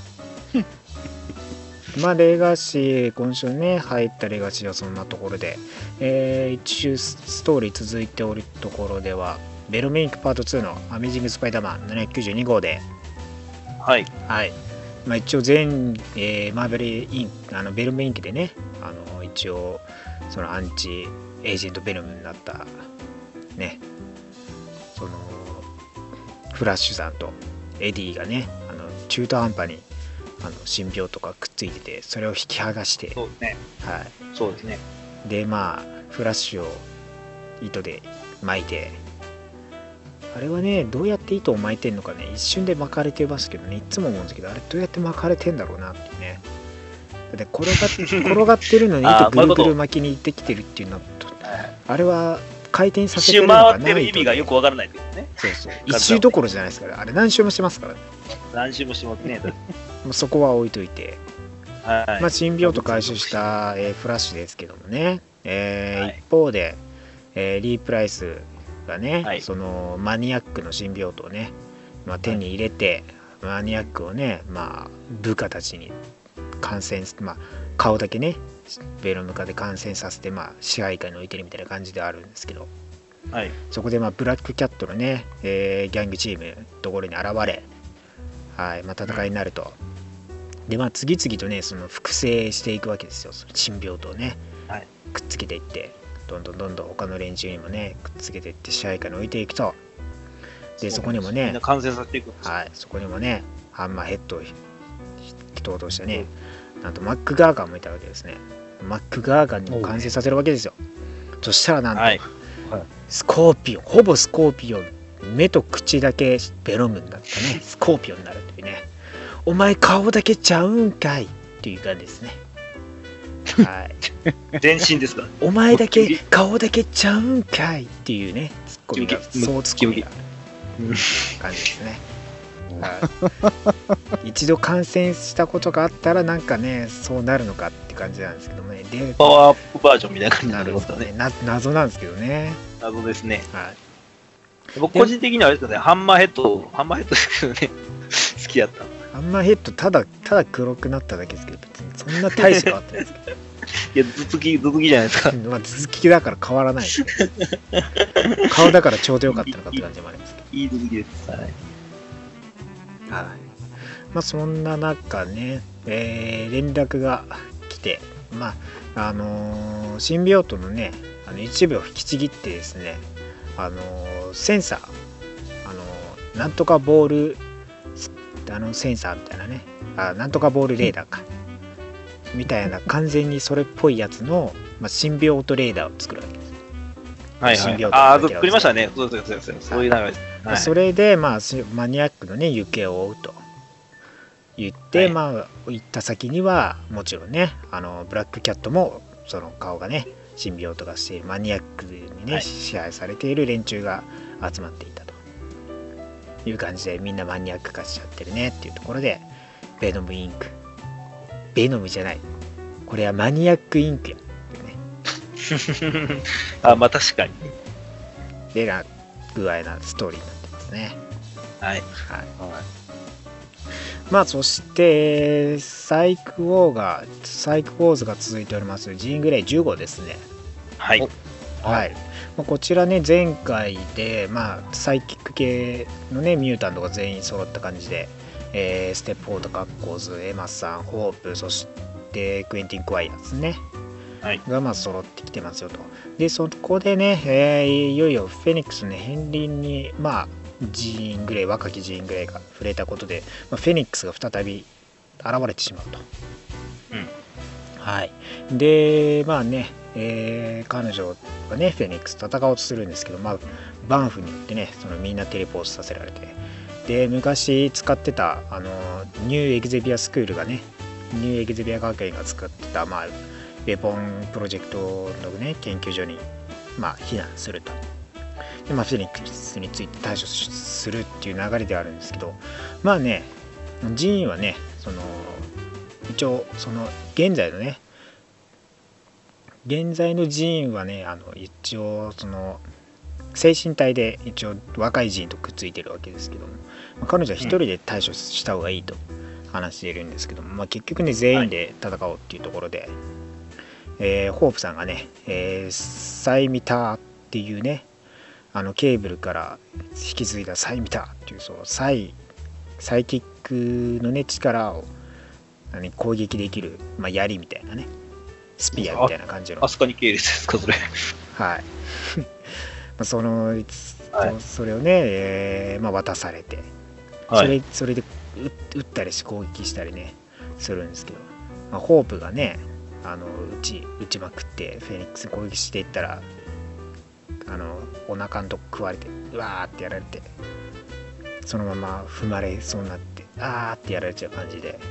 まあレガシー、今週ね入ったレガシーはそんなところで、えー、一周ストーリー続いておるところではベルメインクパートツーのアメージングスパイダーマンななひゃくきゅうじゅうに号で、 はいはいまあ、一応全、えー、マーベルインあのベルメインクでねあの一応そのアンチエージェントベルムになったねそのフラッシュさんとエディがねあの中途半端にあの神病とかくっついててそれを引き剥がしてそうですねはいそうですねでまあフラッシュを糸で巻いてあれはねどうやって糸を巻いてんのかね一瞬で巻かれてますけどねいつも思うんですけどあれどうやって巻かれてんだろうなっていうねで転がって転がってるのに糸ぐるぐる巻きにできてるっていうのとあれは回転させてるのか一周回ってる意味がよくわからないですねそうそう一周どころじゃないですからあれ何周もしますからね何周もしますねもうそこは置いといて、 はい、 まあ神病と回収した、えー、フラッシュですけどもね、えーはい、一方で、えー、リー・プライスがね、はい、そのマニアックの神病とね、まあ、手に入れて、はい、マニアックをね、まあ、部下たちに感染、まあ、顔だけねベロムカで感染させて、まあ、支配下に置いてるみたいな感じではあるんですけど、はい、そこで、まあ、ブラックキャットのね、えー、ギャングチームのところに現れ、はいまあ、戦いになると。でまあ次々とねその複製していくわけですよその神病とね、はい、くっつけていってどんどんどんどん他の連中にもねくっつけていって支配下に置いていくとでそこにもねみんな感染させていくはいそこにもねハンマーヘッドを筆頭したね、うん、なんとマック・ガーガンもいたわけですねマック・ガーガンにも感染させるわけですよそしたらなんと、はいはい、スコーピオンほぼスコーピオン目と口だけベロムになったねスコーピオンになるというねお前顔だけちゃうんかいっていう感じですね。はい。 全身ですか。 お前だけ顔だけちゃうんかいっていうねツッコミがそうツッコミが感じですね。はい、一度感染したことがあったらなんかねそうなるのかって感じなんですけどもね。でパワーアップバージョンみたいな感じになるんですかね。 な謎なんですけどね。 謎ですね。はい。僕個人的にはあれですよねハンマーヘッドハンマーヘッドですけどね好きだった。 ハンマーヘッドただただ黒くなっただけですけど別にそんな大して変わってないですけどいや頭突き頭突きじゃないですかまあ頭突きだから変わらないですけど顔だからちょうどよかったのかって感じもありますけどいい頭突きですはい、はい、 まあそんな中ね、えー、連絡が来てまああのー、シンビオートのねあの一部を引きちぎってですねあのー、センサーあのー、なんとかボールあのセンサーみたいなねあなんとかボールレーダーかみたいな完全にそれっぽいやつの、まあ、シンビオートレーダーを作るわけです。 はいはい。ああ、作りましたね。そうそうそうそう。そういう流れです。 はい、それで、まあ、マニアックのね、行方を追うと言って、はい、まあ、行った先には、もちろんね、あのブラックキャットも、その顔がね、シンビオートがしているマニアックにね、はい、支配されている連中が集まっていたという感じで、みんなマニアック化しちゃってるねっていうところで、ベノムインク。ベノムじゃない。これはマニアックインクや。 ね、あ、まあ確かに。 でな具合なストーリーになってますね。 はい。はい。 まあそしてサイクウォーがサイクウォーズが続いておりますジーングレイじゅう号ですね。 はい。 はい。まあ、こちらね前回でまあサイキック系のねミュータントが全員揃った感じで、えー、ステップフォード、カッコーズ、エマさん、ホープ、そしてクエンティン・クワイアですね。はい、がまあ揃ってきてますよと。でそこでね、えー、いよいよフェニックスの、ね、片鱗にまあジーングレイ若きジーングレイが触れたことで、まあ、フェニックスが再び現れてしまうと。うん、はいでまあね、えー、彼女がねフェニックス戦おうとするんですけど、まあ、バンフによってねそのみんなテレポートさせられてで昔使ってたあのニューエグゼビアスクールがねニューエグゼビア学園が使ってたまあウェポンプロジェクトの、ね、研究所に、まあ、避難すると。で、まあ、フェニックスについて対処するっていう流れであるんですけど、まあね、ジーンはね、その一応、その現在のね、現在のジーンはね、あの一応、その精神体で一応若いジーンとくっついてるわけですけども、まあ、彼女は一人で対処した方がいいと話しているんですけども、まあ、結局ね全員で戦おうっていうところで、はい、えー、ホープさんがね、えー、サイミターっていうねあのケーブルから引き継いだサイミターっていうそうサイサイキックのね力を何攻撃できる、まあ、槍みたいなねスピアみたいな感じのアスカニ系列ですかそれはいその、はい、それをね、えーまあ、渡されて、はい、それそれで撃ったりし攻撃したりねするんですけど、まあ、ホープがねあの撃ち撃ちまくってフェニックス攻撃していったらあのお腹のとこ食われてうわーってやられてそのまま踏まれそうになってあーってやられちゃう感じで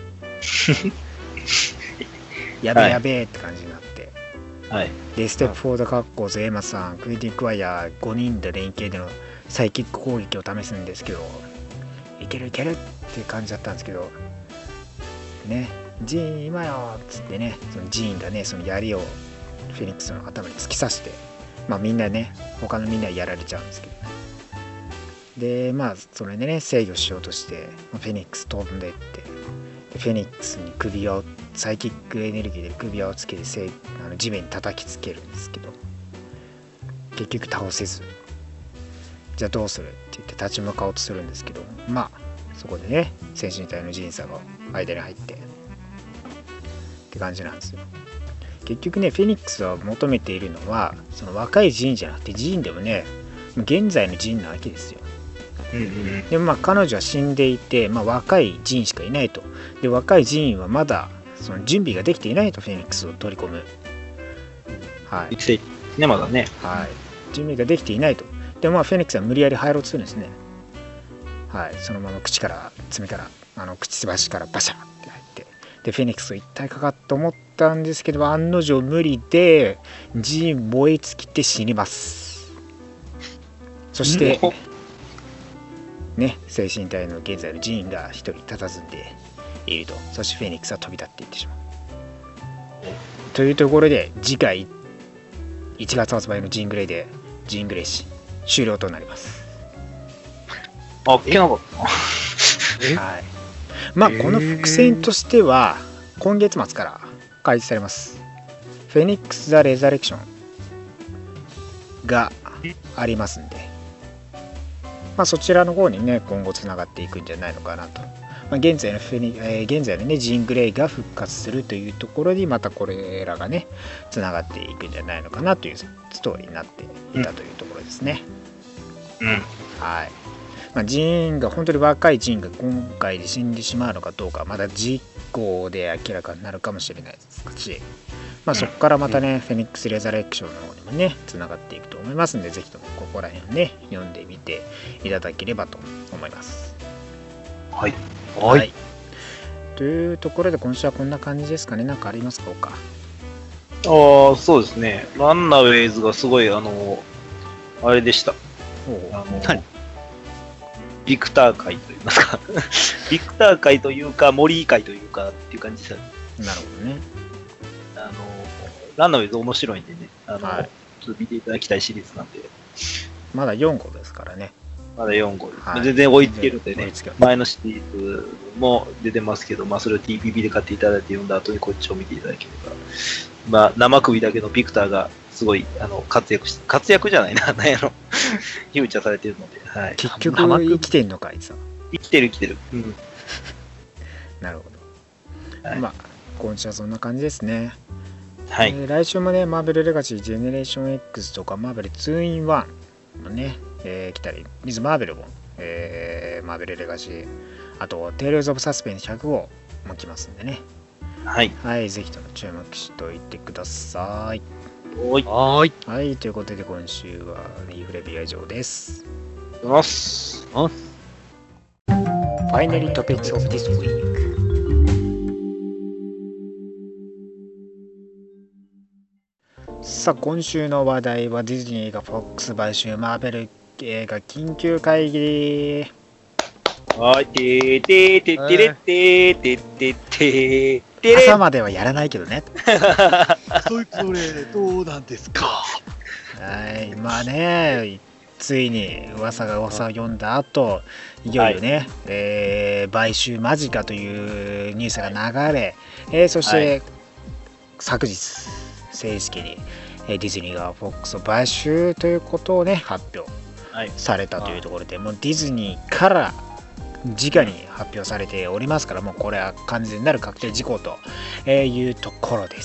やべえやべえって感じになって、はい、でステップフォードカッコーズエマさんクリティックワイヤーごにんで連携でのサイキック攻撃を試すんですけどいけるいけるって感じだったんですけどねジーン今よっつってねそのジーンがねその槍をフェニックスの頭に突き刺してまあみんなね他のみんなやられちゃうんですけどでまあそれでね制御しようとしてフェニックス飛んでいってでフェニックスに首輪をサイキックエネルギーで首輪をつけてあの地面に叩きつけるんですけど結局倒せずじゃあどうするって言って立ち向かおうとするんですけどまあそこでね精神体のジーンさんが間に入ってって感じなんですよ。結局ねフェニックスは求めているのはその若いジーンじゃなくてジーンでもね現在のジーンなわけですよ。うんうん、でもまあ彼女は死んでいて、まあ、若いジーンしかいないと。で若いジーンはまだその準備ができていないとフェニックスを取り込む。はい。 育成ねまだね。 はい。準備ができていないと。でまあフェニックスは無理やり入ろうとするんですね。はい。そのまま口から爪からあのくちばしからバシャーって入ってでフェニックスと一体かかと思ったんですけど案の定無理でジーン燃え尽きて死にます。そしてね、精神体の現在のジーンが一人佇んでいると。そしてフェニックスは飛び立っていってしまうというところで次回いちがつ発売のジーングレイでジーングレイ誌終了となります。 あ、聞けなかったなはい。まあこの伏線としては今月末から開始されますフェニックス・ザ・レザレクションがありますんでまあ、そちらの方にね今後つながっていくんじゃないのかなと、まあ、現在のフェニ、えー、現在のねジーン・グレイが復活するというところにまたこれらがねつながっていくんじゃないのかなというストーリーになっていたというところですね。うん、はい。まあ、ジーンが本当に若いジーンが今回で死んでしまうのかどうかまだ事故で明らかになるかもしれないですし、まあ、そこからまたね、うん、フェニックス・レザレクションの方にもねつながっていくと思いますのでぜひともここら辺をね読んでみていただければと思います。 はい、 はい、はい、というところで今週はこんな感じですかね。何かありますか？他ああそうですねランナーウェイズがすごいあのあれでした。あの何ビクター界といいますかビクター界というかモリー界というかっていう感じですよね。 なるほどね。 あのランナーウェイズ面白いんでねあの、はい、ちょっと見ていただきたいシリーズなんでまだよんごうですからね。 まだよんごうです、はい、全然追いつけるんでね前のシリーズも出てますけど、まあ、それを ティーピービー で買っていただいて読んだ後にこっちを見ていただければまあ生首だけのビクターがすごいあの活躍し活躍じゃないな何やろフューチャーされてるので、はい、 結局生きてんのかいさ生きてる生きてる、うん、 なるほど、はい、まあ今週はそんな感じですね。 はい、 えー、来週もねマーベルレガシージェネレーション X とかマーベル ツーインワン もね、えー、来たりミズ・マーベルも、えー、マーベルレガシーあとテイルズ・オブ・サスペンスひゃくごうも来ますんでねはい、はい、 ぜひとも注目しておいてください。 はい、 はい、ということで今週はリーフレビューは以上です。 ありがとうございます。 Finally topics of this week。さあ今週の話題はディズニーがフォックス買収マーベル映画緊急会議。 はい、てーてーてーてれてーてーてーてーてー朝まではやらないけどね。 そいつそれどうなんですか。 はい、まあねついに噂が噂を読んだ後、いよいよね、はい、えー、買収間近というニュースが流れ、えー、そして、はい、昨日正式にディズニーがフォックスを買収ということをね発表されたというところで、はい、もうディズニーから直に発表されておりますから、もうこれは完全なる確定事項というところです。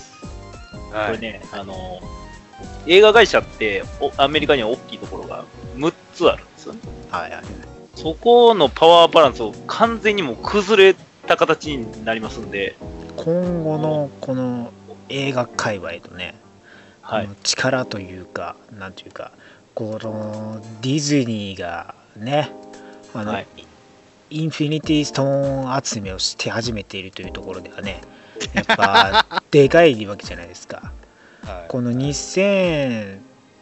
はい、これね、あの映画会社ってアメリカには大きいところがむっつあるんですよね。はいはい、そこのパワーバランスを完全にもう崩れた形になりますんで、 今後のこの映画界隈とね、はい、力というかなんていうか、このディズニーがね、あの、はい、インフィニティストーン集めをして始めているというところではね、やっぱでかいわけじゃないですか。はい、このにせん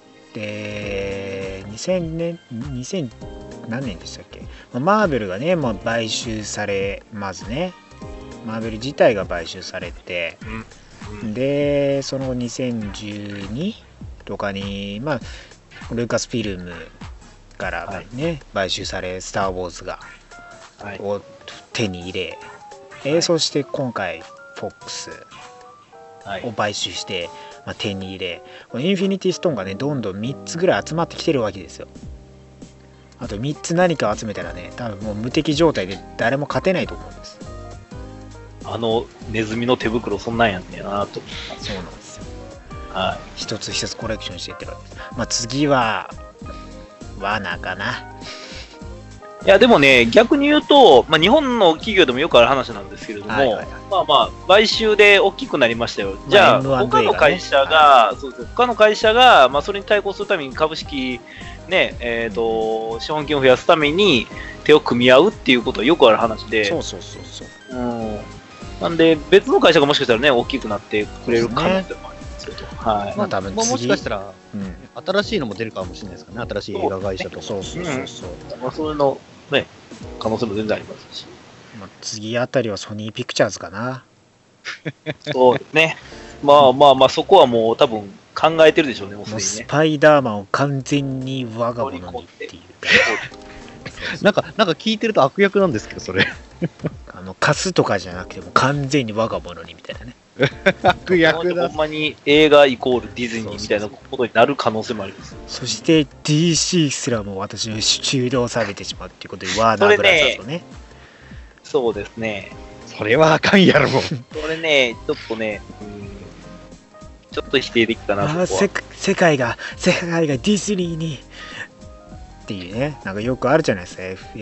でにせんねんにせん何年でしたっけ、マーベルがね、まあ、買収されますね。マーベル自体が買収されて、うん、でその後にせんじゅうにとかに、まあ、ルーカスフィルムからね、はい、買収され、スター・ウォーズが、はい、を手に入れ、はい、えー、そして今回フォックスを買収して、まあ、手に入れ、このインフィニティストーンがねどんどんみっつぐらい集まってきてるわけですよ。あとみっつ何かを集めたらね、多分もう無敵状態で誰も勝てないと思うんです。 あのネズミの手袋そんなんやんねやなと。 そうなんですよ。 はい。 一つ一つコレクションしていってるわけです。まあ次は罠かな。 いやでもね、逆に言うと、まあ、日本の企業でもよくある話なんですけれども、はいはいはい、まあまあ買収で大きくなりましたよ。じゃあ、まあ、他の会社が、はい、そうそう他の会社が、まあ、それに対抗するために株式ね、えーと、資本金を増やすために手を組み合うっていうことはよくある話で、 そうそうそうそう。うん、 なんで別の会社がもしかしたらね大きくなってくれる可能性もありますよと。はい。 まあ多分まあ、もしかしたら、うん、新しいのも出るかもしれないですかね。新しい映画会社とか。 そうそうそうそう。 うん、まあそういうのね、可能性も全然ありますし。 まあ、次あたりはソニーピクチャーズかな。 そうですね。まあまあまあそこはもう多分考えてるでしょうね。もうすでにね。 スパイダーマンを完全に我が物にっていう。 なんかなんか聞いてると悪役なんですけどそれ。 あの貸すとかじゃなくても完全に我が物にみたいなね。 悪役だ。 ほんまに映画イコールディズニーみたいなことになる可能性もあります。 そして ディーシー すらも私の中道されてしまうっていうことでワーナーブラザーズとね。 そうですね。 それはあかんやろ。 それね、ちょっとね、うん、ちょっと否定できたな。 あ世世界が世界がディズニーにっていうね、なんかよくあるじゃないですか。F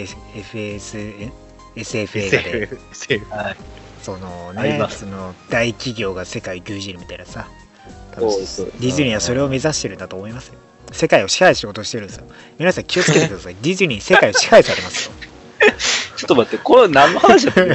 Sエスエフ 映画で。エスエフ はい。そのね、その大企業が世界を牛耳るみたいなさ。そうそうディズニーはそれを目指してるんだと思いますよ。世界を支配しようとしてるんですよ。皆さん気をつけてください。ディズニー世界を支配されますよ。 ちょっと待って、これ何の話だったの？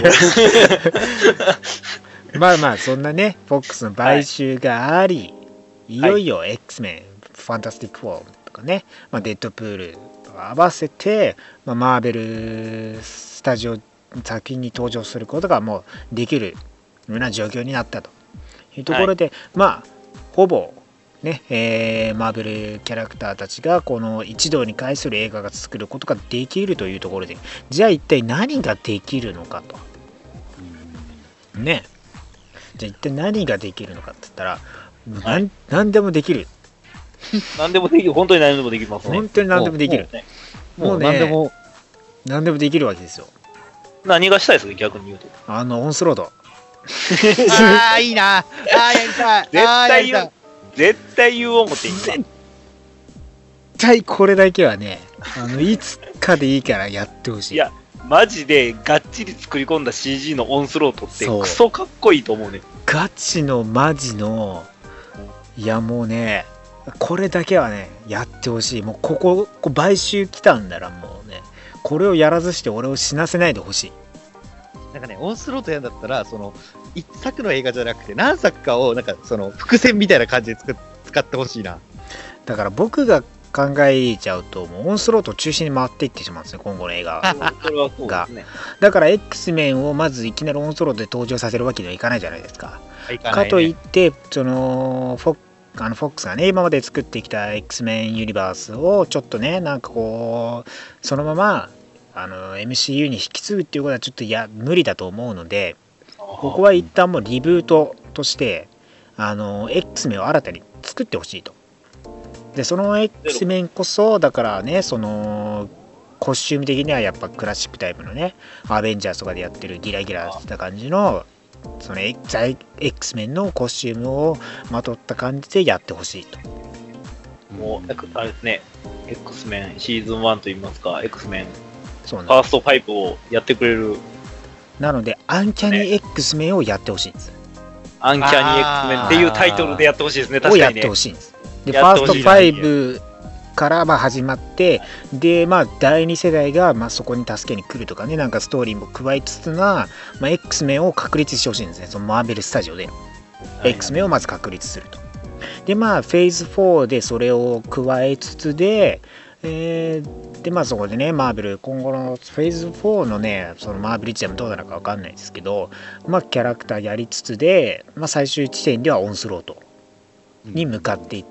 まあまあそんなね、フォックスの買収があり、はい、いよいよ X メン、ファンタスティックフォーとかね、まあ、デッドプールと合わせて、まあ、マーベルスタジオ作品に登場することがもうできるような状況になったというところで、はい、まあほぼね、えー、マーベルキャラクターたちがこの一堂に会する映画が作ることができるというところで、じゃあ一体何ができるのかと。ね。じゃあ一体何ができるのかって言ったら、はい、何でもできる。 何でもできる。本当に何でもできますね。 本当に何でもできる。もうね、もう何でも何でもできるわけですよ。 何がしたいですか、逆に言うと。 あのオンスロード。 ああいいな。ああやりたい。 絶対言う。絶対言う思っていい。 絶対これだけはね、あのいつかでいいからやってほしい。 いやマジでがっちり作り込んだ シージー のオンスロートってクソかっこいいと思うね。 ガチのマジの、いやもうね、これだけはねやってほしい。もうここ、ここ買収来たんだらもうね、これをやらずして俺を死なせないでほしい。 なんかね、オンスロートやんだったら、その一作の映画じゃなくて何作かをなんかその伏線みたいな感じで使ってほしいな。 だから僕が考えちゃうと、もうオンスロートを中心に回っていってしまうんですね、今後の映画が。だから X メンをまずいきなりオンスロートで登場させるわけにはいかないじゃないですか。かといってそのフォッあのフォックスがね今まで作ってきた X メンユニバースをちょっとねなんかこうそのままあの エムシーユー に引き継ぐっていうことはちょっといや無理だと思うので、ここは一旦もうリブートとしてあの X メンを新たに作ってほしいと。でその X メンこそだからねそのコスチューム的にはやっぱクラシックタイプのねアベンジャーズとかでやってるギラギラした感じのその X メンのコスチュームをまとった感じでやってほしいと。 もうあれですね X メンシーズンワンといいますか X メンそうファーストファイブをやってくれる。 なのでアンキャニー X メンをやってほしいんです。 アンキャニー X メンっていうタイトルでやってほしいですね。確かにね。 をやってほしいんです。でファーストファイブからまあ始まってでまあだいに世代がまあそこに助けに来るとかねなんかストーリーも加えつつな、まあ、X メンを確立してほしいんですね。そのマーベルスタジオで X メンをまず確立すると。でまあフェーズフォーでそれを加えつつでえー、でまあそこでねマーベル今後のフェーズフォーのねそのマーベル自体もどうなるか分かんないですけどまあキャラクターやりつつで、まあ、最終地点ではオンスロートに向かっていって、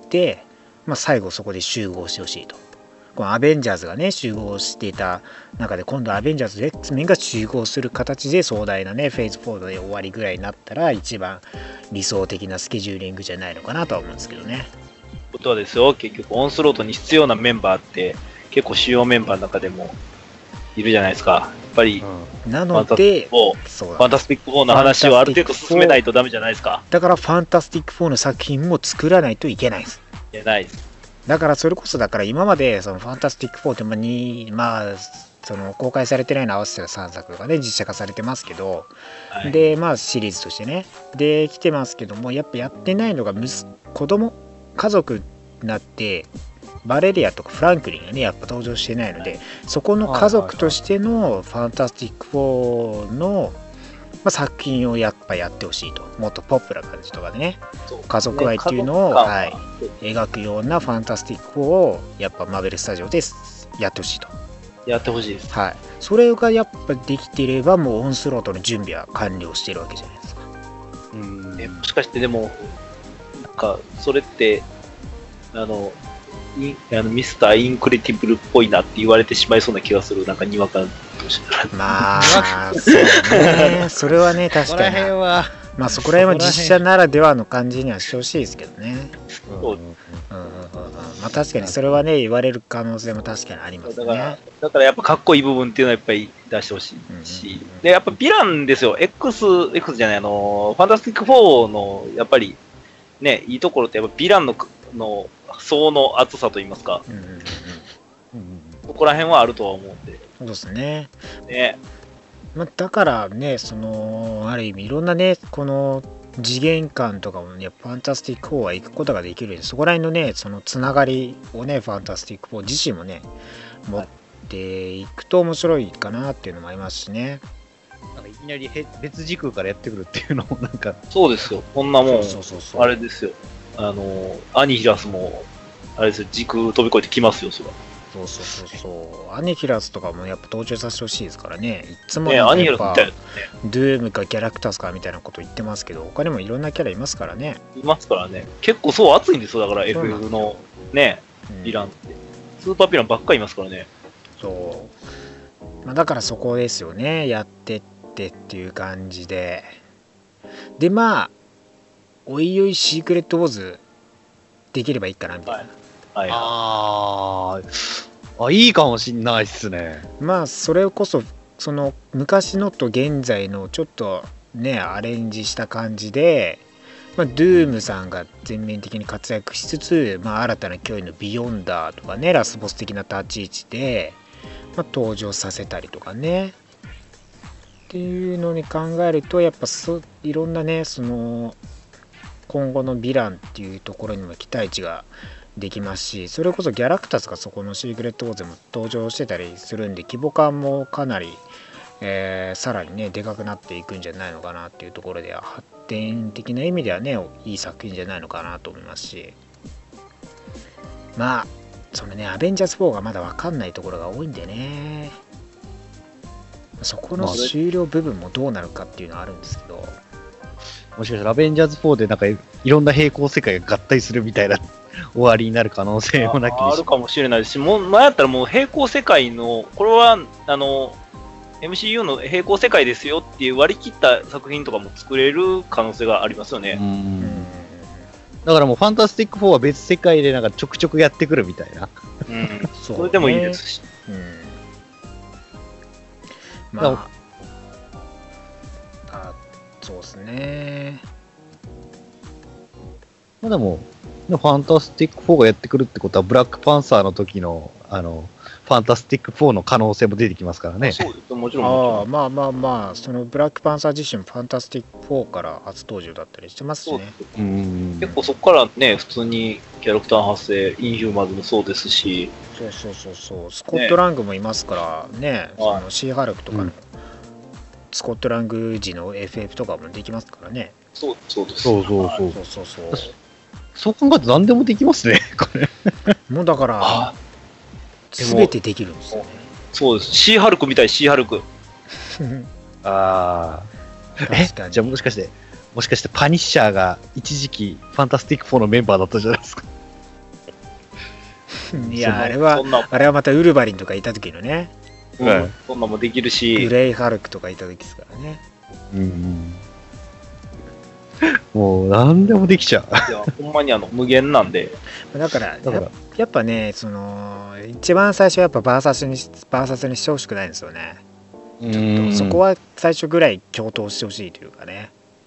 まあ、最後そこで集合してほしいと。このアベンジャーズがね集合していた中で今度アベンジャーズと X メンが集合する形で壮大なねフェーズフォーで終わりぐらいになったら一番理想的なスケジューリングじゃないのかなとは思うんですけどね。 ことはですよ、結局オンスロートに必要なメンバーって結構主要メンバーの中でもいるじゃないですか。やっぱり、 うん、なのでファンタスティックフォーの話をある程度進めないとダメじゃないですか。 だからファンタスティックフォーの作品も作らないといけないです。 いけないです。 だからそれこそだから今までそのファンタスティックフォーってまあにまあその公開されてないの合わせたさんさくがね実写化されてますけど、はい、でまあシリーズとしてねで来てますけどもやっぱやってないのがむす子供家族になってバレリアとかフランクリンがねやっぱ登場してないのでそこの家族としてのファンタスティックフォーの、まあ、作品をやっぱやってほしいと。もっとポップな感じとかでね家族愛っていうのを、ねはい、描くようなファンタスティックフォーをやっぱマーベルスタジオでやってほしいと。 やってほしいです、 はい、それがやっぱできていればもうオンスロートの準備は完了しているわけじゃないですか。 うん、ね、もしかしてでもなんかそれってあのイあのミスターインクレディブルっぽいなって言われてしまいそうな気がする。なんかにわかとしてまあそうねそれはね確かにはまあそこら辺は実写ならではの感じにはしてほしいですけどね。そう、うんうんうん、まあ確かにそれはね言われる可能性も確かにありますね。 だからだからやっぱかっこいい部分っていうのはやっぱり出してほしいし、うんうんうん、でやっぱヴィランですよ。 X, X じゃないあのファンタスティックフォーのやっぱりねいいところってやっぱヴィランのの層の厚さといいますか、うんうんうんうん、そこら辺はあるとは思うんで。 そうですね。 ね、 まあ、だからねそのある意味いろんなねこの次元感とかもねファンタスティックフォーは行くことができるのでそこら辺のねそのつながりをねファンタスティックフォー自身もね持っていくと面白いかなっていうのもありますしね。 なんかいきなり別時空からやってくるっていうのもなんかそうですよ。こんなもんそうそうそうそうあれですよ。あのアニヒラスもあれですよ時空飛び越えてきますよそれは。 そうそうそうそうアニヒラスとかもやっぱ登場させてほしいですからね。いつもねアニヒラスみたいなねドゥームかギャラクタスかみたいなこと言ってますけど他にもいろんなキャラいますからね。 いますからね。結構そう熱いんですよ。だから エフエフ のねヴィランって、うん、スーパーヴィランばっかりいますからね。 そう、まあ、だからそこですよねやってってっていう感じででまあおいおいシークレットウォーズできればいいかなみたいな、 はいはい、 ああいいかもしんないっすね。 まあそれこそその昔のと現在のちょっとねアレンジした感じで、まあ、ドゥームさんが全面的に活躍しつつ、まあ、新たな脅威のビヨンダーとかねラスボス的な立ち位置で、まあ、登場させたりとかねっていうのに考えるとやっぱそいろんなねその今後のヴィランっていうところにも期待値ができますしそれこそギャラクタスがそこのシークレットウォーズでも登場してたりするんで規模感もかなり、えー、さらにねでかくなっていくんじゃないのかなっていうところでは発展的な意味ではねいい作品じゃないのかなと思いますしまあそのねアベンジャーズフォーがまだ分かんないところが多いんでねそこの終了部分もどうなるかっていうのはあるんですけど、 もしかしたらアベンジャーズフォーでなんかいろんな平行世界が合体するみたいな終わりになる可能性もなきにしあるかもしれないし、もう前やったらもう平行世界の、これはあの エムシーユー の平行世界ですよっていう割り切った作品とかも作れる可能性がありますよね。 うんだからもうファンタスティックフォーは別世界でなんかちょくちょくやってくるみたいな。 うん、それでもいいですし。 うん、まあ、あ、そうですね。 まあでも、ファンタスティックフォーがやってくるってことは、ブラックパンサーの時の、あの、ファンタスティックフォーの可能性も出てきますからね。 そうです、もちろん。ああ、まあまあまあ、そのブラックパンサー自身、ファンタスティックフォーから初登場だったりしてますしね。 うん結構そこからね、普通にキャラクター発生、インヒューマンズもそうですし。 そうそうそうそう、スコットラングもいますからね、ねそのシーハルクとかの、うん、スコットラング時の エフエフ とかもできますからね。 そうそうです。 そうそうそう。 そうそうそう。 そう考えると何でもできますね、これ。 もうだから、すべてできるんですよね。 そうです。シーハルクみたい、シーハルク。 ああ。え、じゃあもしかして、もしかしてパニッシャーが一時期ファンタスティックフォーのメンバーだったじゃないですか。 いや、あれは、あれはまたウルヴァリンとかいた時のね。 うん。そんなもできるし。 グレイハルクとかいた時ですからね。 うん。もう何でもできちゃう。 いや、ほんまにあの無限なんで。 だから、だからや, やっぱね、その一番最初はやっぱバーサスにバーサスにしてほしくないんですよね。ちょっとそこは最初ぐらい共闘してほしいというかね。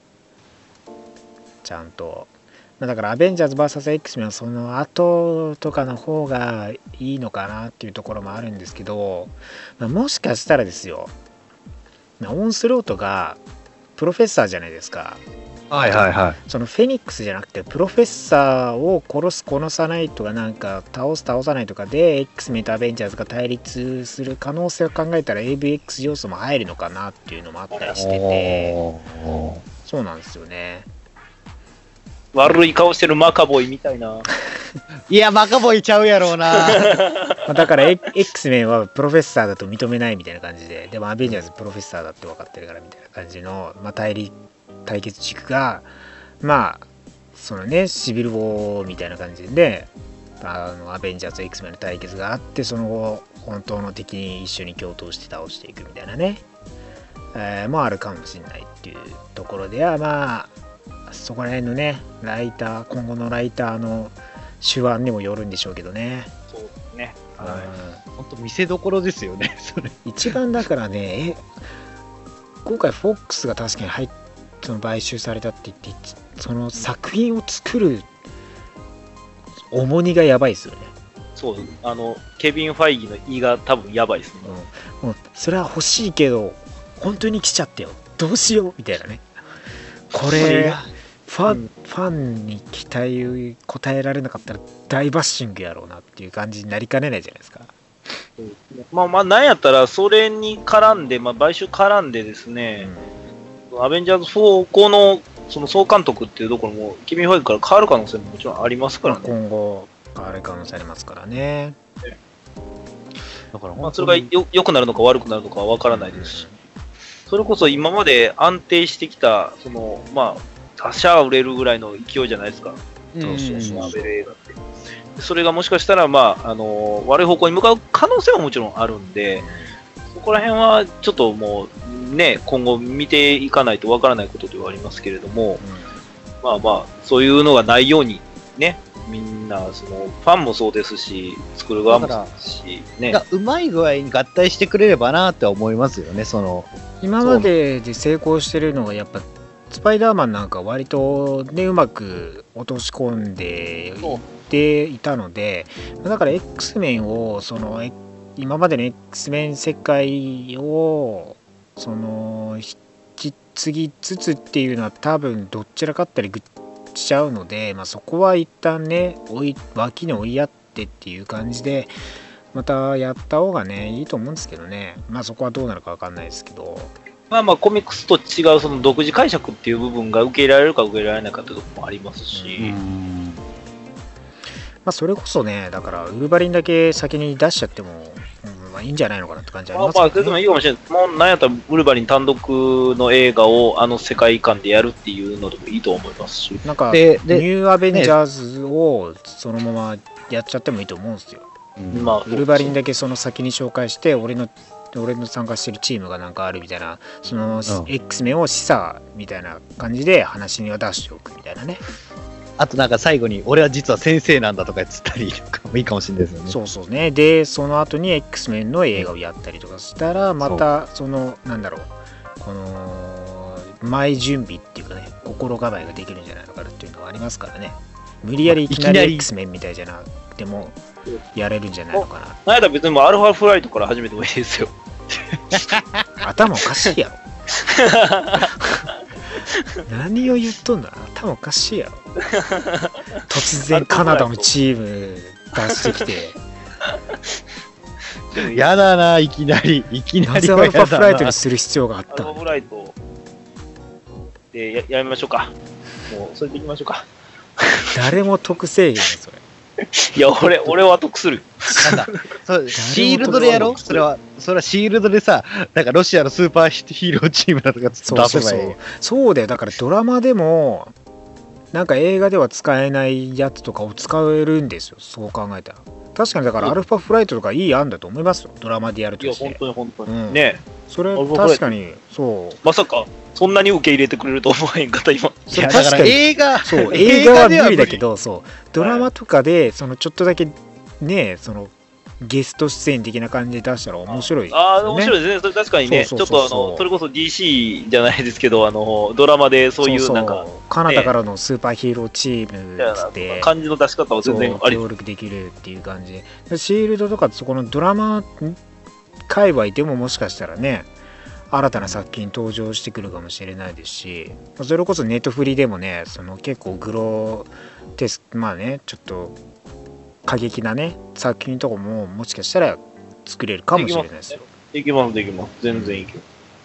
ちゃんと。だからアベンジャーズ ブイエス X メンはその後とかの方がいいのかなっていうところもあるんですけど、まあ、もしかしたらですよ、オンスロートがプロフェッサーじゃないですか。 はいはいはい。 そのフェニックスじゃなくてプロフェッサーを殺す殺さないとかなんか倒す倒さないとかで X メンとアベンジャーズが対立する可能性を考えたら エーブイエックス 要素も入るのかなっていうのもあったりしてて、そうなんですよね。 悪い顔してるマカボイみたいな。 いやマカボイちゃうやろうな。 だから X メンはプロフェッサーだと認めないみたいな感じで、でもアベンジャーズプロフェッサーだって分かってるからみたいな感じの、まあ、対立対決軸がまあそのねシビルウォーみたいな感じであのアベンジャーズ X メンの対決があって、その後本当の敵に一緒に共闘して倒していくみたいなね、えー、もあるかもしれないっていうところではまあそこら辺のねライター今後のライターの手腕にもよるんでしょうけどね。 そうですね。 はい。本当見せどころですよね。それ一番だからねえ今回フォックスが確かに入ってその買収されたって言ってその作品を作る重荷がやばいですよね。 そうあのケビン・ファイギの胃が多分やばいですね、 うん、もうそれは欲しいけど本当に来ちゃってよどうしようみたいなね。これファン、うん、ファンに期待応えられなかったら大バッシングやろうなっていう感じになりかねないじゃないですか。 うん、まあまあなんやったらそれに絡んで、まあ、買収絡んでですね、うん、アベンジャーズフォーこのその総監督っていうところもケビン・ファイギから変わる可能性ももちろんありますからね。 今後変わる可能性ありますからね。 だからまあそれがよ良くなるのか悪くなるのかは分からないですし、うん、それこそ今まで安定してきたそのまあ他社売れるぐらいの勢いじゃないですか。 そうそうそう。 マーベル映画って。それがもしかしたらまああの悪い方向に向かう可能性はもちろんあるんで、そこら辺はちょっともうね今後見ていかないとわからないことではありますけれども、うん、まあまあそういうのがないようにね。みんなそのファンもそうですし作る側もそうですしね、 うまい具合に合体してくれればなって思いますよね。その今までで成功してるのがやっぱスパイダーマンなんか割とねうまく落とし込んでいっていたので、だから X メンをその今までの X メン世界をその引き継ぎつつっていうのは多分どっちらかったりぐっしちゃうので、まあ、そこは一旦ね追い脇に追いやってっていう感じでまたやった方がねいいと思うんですけどね。まあそこはどうなるか分かんないですけど、 まあまあコミックスと違うその独自解釈っていう部分が受け入れられるか受け入れられないかっていうところもありますし、うん、 まあそれこそねだからウルヴァリンだけ先に出しちゃっても、うん、 まあいいんじゃないのかなって感じありまあますけど、ね、 まあ、それでもいいかもしれない。もうなんやったら、ウルヴァリン単独の映画をあの世界観でやるっていうのでもいいと思いますし。 なんか、 ででニューアベンジャーズをそのままやっちゃってもいいと思うんですよ。 うんまあ、 ウルヴァリンだけその先に紹介して、俺の俺の参加してるチームがなんかあるみたいな、その、 うん、 X メンを示唆みたいな感じで話には出しておくみたいなね。 あとなんか最後に俺は実は先生なんだとか言ってたりとかもいいかもしれないですよね。 そうそうね。でその後に X メンの映画をやったりとかしたら、またそのなんだろう、この前準備っていうかね、心構えができるんじゃないのかなっていうのがありますからね。無理やりいきなり X メンみたいじゃなくてもやれるんじゃないのかな。 なんやったら別にもうアルファフライトから始めてもいいですよ。 頭おかしいやろ。何を言っとんだ、頭おかしいやろ。突然カナダのチーム出してきてやだな、いきなりいきななぜアりはやだな。 ルファフライトにする必要があったの。 アルファフライトで や, やめましょうか。もうそれでいきましょうか。 誰も得せえへんよそれ。 いや、俺、俺は得する。 なんだそうシールドでやろう。それはそれはシールドでさ、なんかロシアのスーパーヒーローチームだとか出せばいい。 そうそうそうそうだよ。だからドラマでもなんか映画では使えないやつとかを使えるんですよ、そう考えたら。確かにだからアルファフライトとかいい案だと思いますよ、ドラマでやるいや、 として。 本当に本当に。 うんねそれ確かにそうまさか、そんなに受け入れてくれると思わへんかった、今。 それいやだから確かに映画そう映画はで無理だけど、そうドラマとかでそのちょっとだけね、そのゲスト出演的な感じで出したら面白いですよね。 ああ、面白いですね。それ確かにね、ちょっそうそうそうそうとあの、それこそ ディーシー じゃないですけど、あの、ドラマでそういうなんか、 カナダからのスーパーヒーローチームっつって感じの出し方は全然あり。 協力できるっていう感じで、シールドとかそこのドラマ界隈でももしかしたらね、新たな作品登場してくるかもしれないですし、それこそネットフリでもね、その結構グロテスまあね、ちょっと過激なね作品とかももしかしたら作れるかもしれないですよ。 できます、できます。全然いける。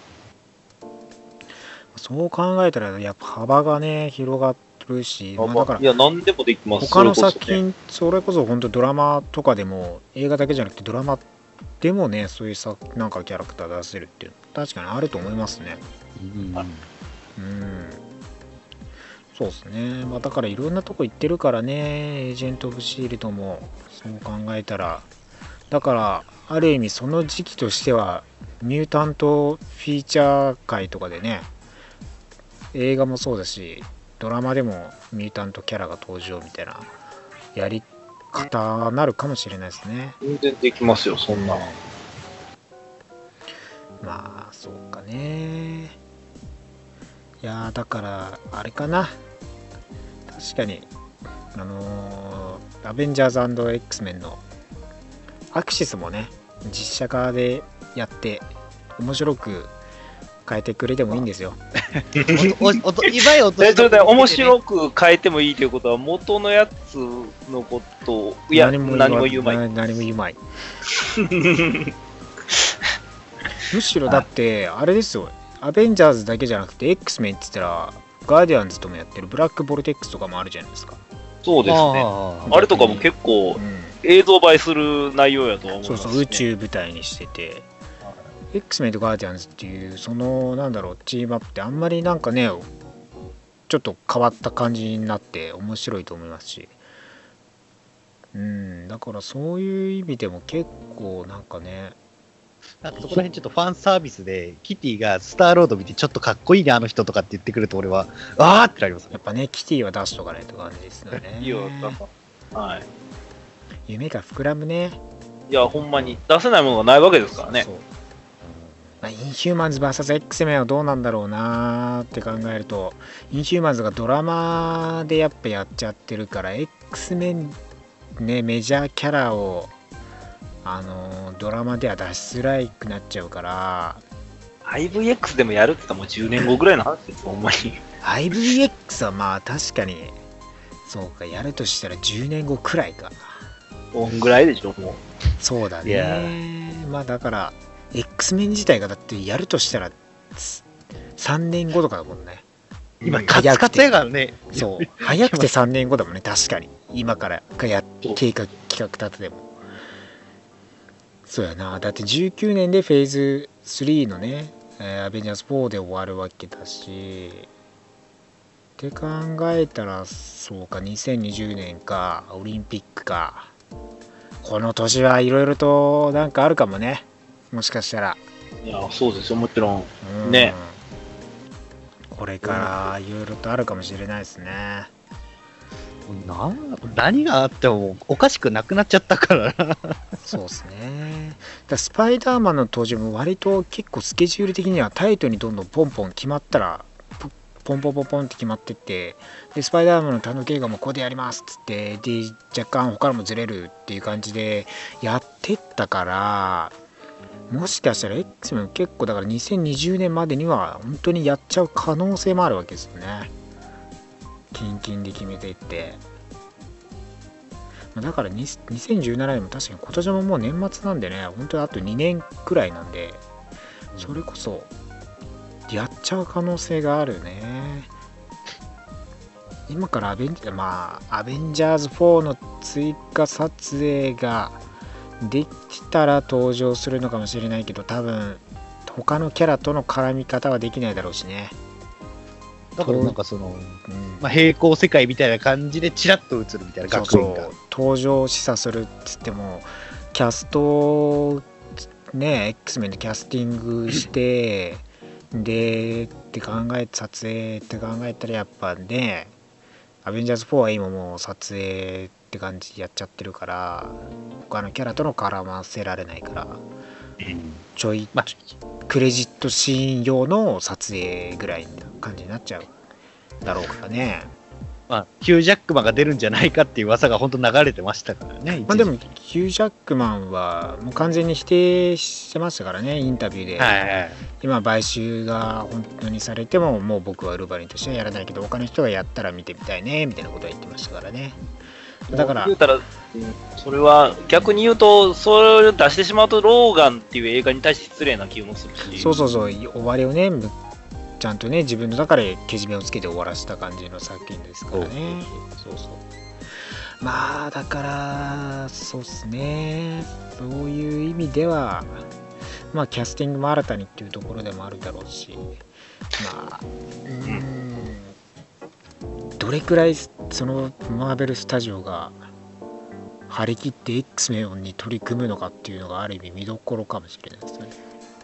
そう考えたらやっぱ幅がね広がるし、まあ、だからいや、何でもできます。 他の作品、それこそ本当ドラマとかでも、映画だけじゃなくてドラマでもね、そういうさなんかキャラクター出せるっていうの確かにあると思いますね。 うんうんそうですね。まあだからいろんなとこ行ってるからね、エージェント・オブ・シールドもそう考えたら、だからある意味その時期としてはミュータントフィーチャー界とかでね、映画もそうだしドラマでもミュータントキャラが登場みたいなやり方なるかもしれないですね。 全然できますよ、そんな。 まあそうかね。いやだからあれかな、確かにあのー、アベンジャーズ &X メンのアクシスもね実写化でやって面白く変えてくれてもいいんですよ。 おおおと今よそれで面白く変えてもいいということは元のやつのことをいや何も言うまい何も言うまいむしろだってあれですよ、アベンジャーズだけじゃなくて X メンって言ったらガーディアンズともやってるブラックボルテックスとかもあるじゃないですか。 そうですね。あ, あれとかも結構映像映えする内容やとは思います、ね、 そうそう宇宙舞台にしてて、X メンとガーディアンズっていうそのなんだろうチームアップってあんまりなんかねちょっと変わった感じになって面白いと思いますし、うんだからそういう意味でも結構なんかね、 なんかそこら辺ちょっとファンサービスでキティがスターロード見てちょっとかっこいいねあの人とかって言ってくると俺はあーってなりますね。 やっぱねキティは出しとかないと感じですよね。 いいよ、はい。 夢が膨らむね。 いやほんまに出せないものがないわけですからね。 そう、まあ、インヒューマンズ ブイエスエックス メンはどうなんだろうなって考えると、インヒューマンズがドラマでやっぱやっちゃってるから X メンねメジャーキャラをあのドラマでは出しづらくなっちゃうからアイブイエックス でもやるって言ったらもうじゅうねんごぐらいの話ですほんまに。 アイブイエックス はまあ確かにそうか、やるとしたらじゅうねんごくらいか。 こんぐらいでしょもう。 そうだね。まあだから X メン自体がだってやるとしたらさんねんごとかだもんね。 今カツカツやからね。 そう早くてさんねんごだもんね。確かに今からや計画企画立ててもそうやな。だってじゅうきゅうねんでフェーズスリーのね、えーアベンジャーズフォーで終わるわけだし、って考えたらそうか、にせんにじゅうねんかオリンピックか、この年はいろいろとなんかあるかもね、もしかしたら。 いやそうですよ、もちろん、 うん、 ね、 これからいろいろとあるかもしれないですね。 な何があってもおかしくなくなっちゃったからな。 そうですね。だスパイダーマンの登場も割と結構スケジュール的にはタイトにどんどんポンポン決まったらポンポンポンポンって決まってって、でスパイダーマンの単独映画もここでやりますっつって、で若干他のもずれるっていう感じでやってったから、もしかしたら X メン結構だからにせんにじゅうねんまでには本当にやっちゃう可能性もあるわけですよね。キンキンで決めていって、だからにせんじゅうななねんも確かに今年ももう年末なんでね、本当にあとにねんくらいなんで、それこそやっちゃう可能性があるね。今からアベンジャー、まあアベンジャーズフォーの追加撮影ができたら登場するのかもしれないけど、多分他のキャラとの絡み方はできないだろうしね。 だからなんかその、うんまあ、平行世界みたいな感じでチラッと映るみたいな、学園が登場示唆するっつってもキャストね X メンでキャスティングしてでって考えて撮影って考えたらやっぱね、アベンジャーズフォーは今もう撮影って感じでやっちゃってるから、他のキャラとの絡ませられないから、ちょい、まあ、クレジットシーン用の撮影ぐらいな感じになっちゃうだろうからね。 まあ、ヒュージャックマンが出るんじゃないかっていう噂が本当流れてましたからね。 まあでもヒュージャックマンはもう完全に否定してましたからね、インタビューで、はいはい、今買収が本当にされてももう僕はウルヴァリンとしてはやらないけど他の人がやったら見てみたいねみたいなことは言ってましたからね。だから言うたら、それは逆に言うと、それを出してしまうとローガンっていう映画に対して失礼な気もするし、 そうそうそう、終わりをねちゃんとね自分の中でけじめをつけて終わらせた感じの作品ですからね。そうそう、まあだからそうっすね、そういう意味ではまあキャスティングも新たにっていうところでもあるだろうし、まあうーんどれくらいそのマーベルスタジオが張り切って X メンに取り組むのかっていうのがある意味見どころかもしれないですよね。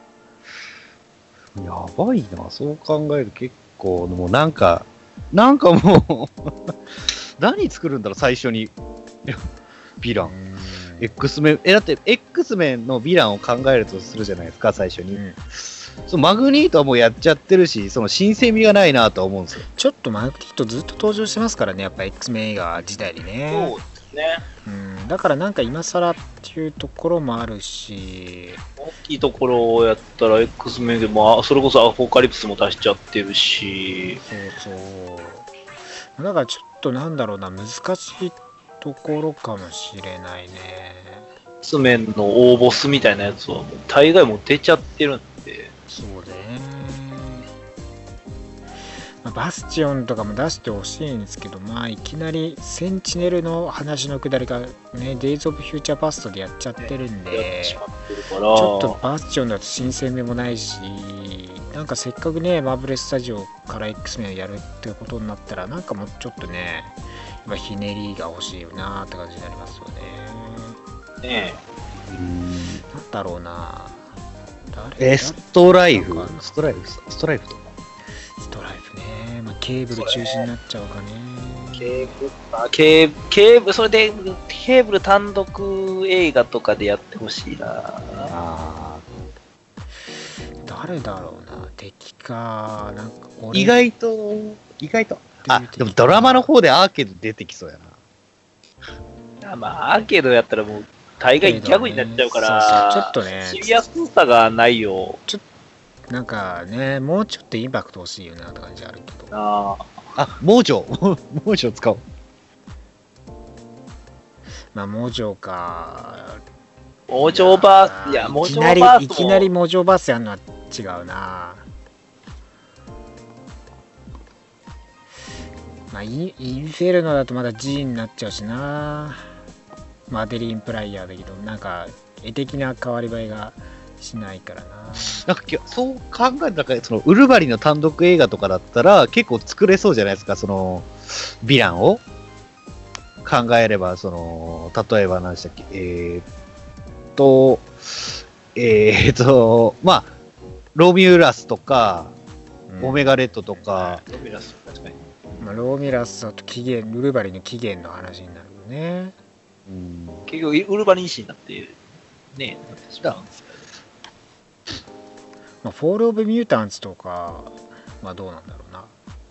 やばいな、そう考える結構もうなんかなんかもう何作るんだろう最初にヴィラン X メン、えだって X メンのヴィランを考えるとするじゃないですか最初に、うん、そのマグニートはもうやっちゃってるし、その新鮮味がないなとは思うんですよ。 ちょっとマグニートずっと登場してますからね、やっぱ X メン映画時代にね。 そうですね、 うん、だからなんか今更っていうところもあるし、 大きいところをやったら X メンでもそれこそアポカリプスも出しちゃってるし、 そうそう、だからちょっとなんだろうな、難しいところかもしれないね。 X メンの大ボスみたいなやつはもう大概もう出ちゃってるんで。 そうね、まあ、バスチオンとかも出してほしいんですけど、まあいきなりセンチネルの話のくだりがね、デイズ・オブ・フューチャーパストでやっちゃってるんで、ちょっとバスチオンだと新鮮味もないし、なんかせっかくねマーブルスタジオから X メンをやるってことになったら、なんかもうちょっとね今ひねりが欲しいよなって感じになりますよね。 ねえ、なんだろうな、 えストライフストライフストライフとかストライフね、まあ、ケーブル中心になっちゃうかね。 ケーブル、あ、ケーブル、ケーブル、それでケーブル単独映画とかでやってほしいな。あ、 誰だろうな、敵か、なんか俺意外と意外とあ、でもドラマの方でアーケード出てきそうやな。あ、まあアーケードやったらもう大概ギャグになっちゃうから、 ね、そうそう、ちょっとねシリアスさがないよ。 ちょっとなんかね、もうちょっとインパクト欲しいよなって感じあるけど。 ああ、モージョーモージョー使おう。 まあモージョーか、 モージョーバース、いやモージョーバースいきなりモージョーバースやるのは違うな。まあイン、インフェルノだとまだ G になっちゃうしな。マデリンプライヤーだけど、なんか絵的な変わり映えがしないからな。 なんかそう考えたら、そのウルヴァリンの単独映画とかだったら結構作れそうじゃないですか、そのヴィランを考えれば、その例えば何でしたっけ、えー、っとえー、っとまあロミュラスとか、うん、オメガレッドとか、 ロミュラス確かに、 まあ、ロミュラスだと起源ウルヴァリンの起源の話になるよね。 うん、結局ウルヴァリン誌になってね、なってしまうんですけど、 まあ、フォール・オブ・ミュータンツとかはどうなんだろうな。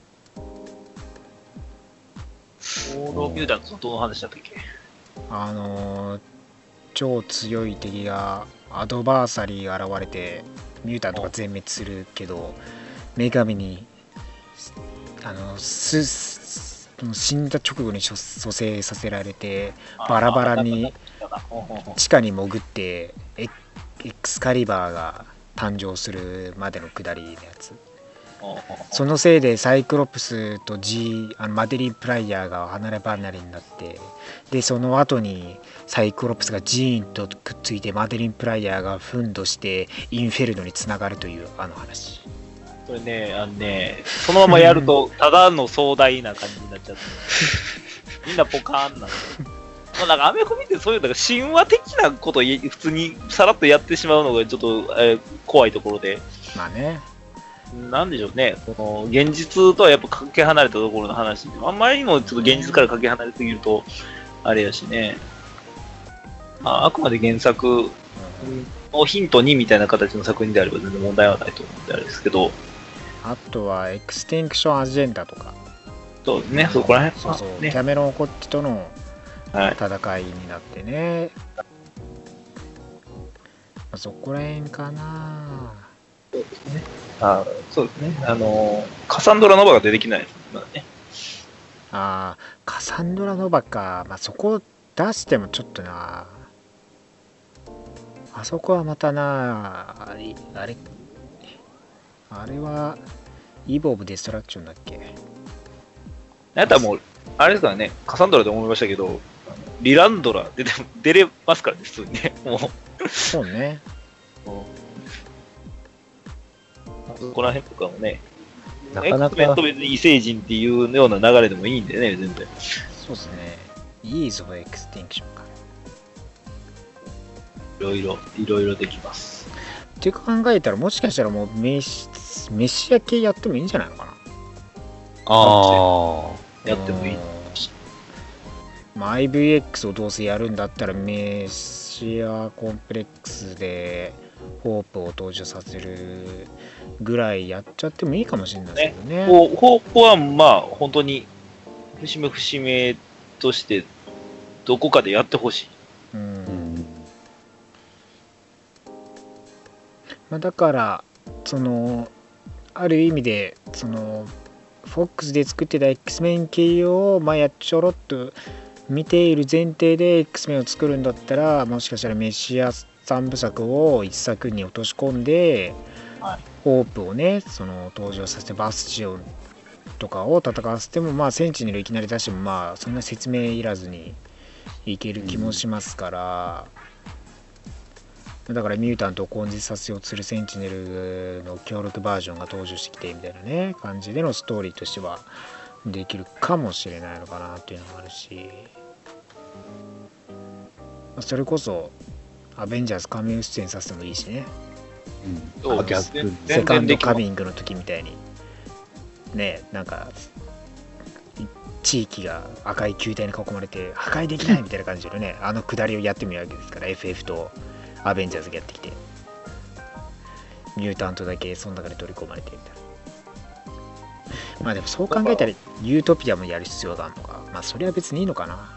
フォール・オブ・ミュータンツのどの話だったっけ。 あのー、超強い敵がアドバーサリーが現れてミュータントが全滅するけど、女神にあのす死んだ直後に蘇生させられてバラバラに地下に潜ってエクスカリバーが誕生するまでの下りのやつ。そのせいでサイクロプスと G あのマデリン・プライヤーが離れ離れになって、でその後にサイクロプスがジーンとくっついてマデリン・プライヤーがフンドしてインフェルノにつながるというあの話。 これね、あのね、そのままやるとただの壮大な感じになっちゃってみんなポカーンなんで、まあ、なんかアメコミってそういうなんか神話的なことを普通にさらっとやってしまうのがちょっと、えー、怖いところで、 まあね、 なんでしょうね、この現実とはやっぱかけ離れたところの話、あんまりにもちょっと現実からかけ離れすぎるとあれやしね、まあ、あくまで原作をヒントにみたいな形の作品であれば全然問題はないと思うんであれですけど、 あとはエクスティンクションアジェンダとか、 そうですね、そこら辺、 そうそう、 ね、 キャメロン・コッチとの戦いになってね、はい、まあ、そこら辺かな。 そうですね、あ、そうですね、あのカサンドラ・ノバが出てきないですまだね。 ああ、カサンドラ・ノバか、まあ、そこ出してもちょっとな、あそこはまたな、あれあれあれはイボ・オブ・デストラクションだっけ。 あとはもうあれですからね、カサンドラで思いましたけど、リランドラ出て出れますからね、普通にね、もうそうね、 そこら辺とかもね、 なかなか X メンと別に異星人っていうような流れでもいいんでね、全然。 そうですね、イーズ・オブ・エクスティンクションか。 いろいろ、いろいろできます。 って考えたら、もしかしたらもうメシ、メシア系やってもいいんじゃないのかな。 ああ、やってもいい。 まあ、アイブイエックス をどうせやるんだったら、メシアコンプレックスでホープを登場させるぐらいやっちゃってもいいかもしれないですけどね。ね、 ホープはまあ、本当に節目節目として、どこかでやってほしい。うん、 まあ、だからそのある意味でそのフォックスで作ってた X メン系をまあやちょろっと見ている前提で X メンを作るんだったら、もしかしたらメシア三部作を一作に落とし込んで、はい、ホープをねその登場させてバスチオンとかを戦わせても、まあセンチネルいきなり出してもまあそんな説明いらずにいける気もしますから、うん、だからミュータントを根絶させようとするセンチネルの強力バージョンが登場してきてみたいなね感じでのストーリーとしてはできるかもしれないのかなっていうのもあるし、それこそアベンジャーズ仮面出演させてもいいしね、うん、セカンドカミングの時みたいにね、なんか地域が赤い球体に囲まれて破壊できないみたいな感じでねあの下りをやってみるわけですから、 エフエフ とアベンジャーズがやってきてミュータントだけその中で取り込まれてみたいな。まあでもそう考えたらユートピアもやる必要があるのか、まあそれは別にいいのかな。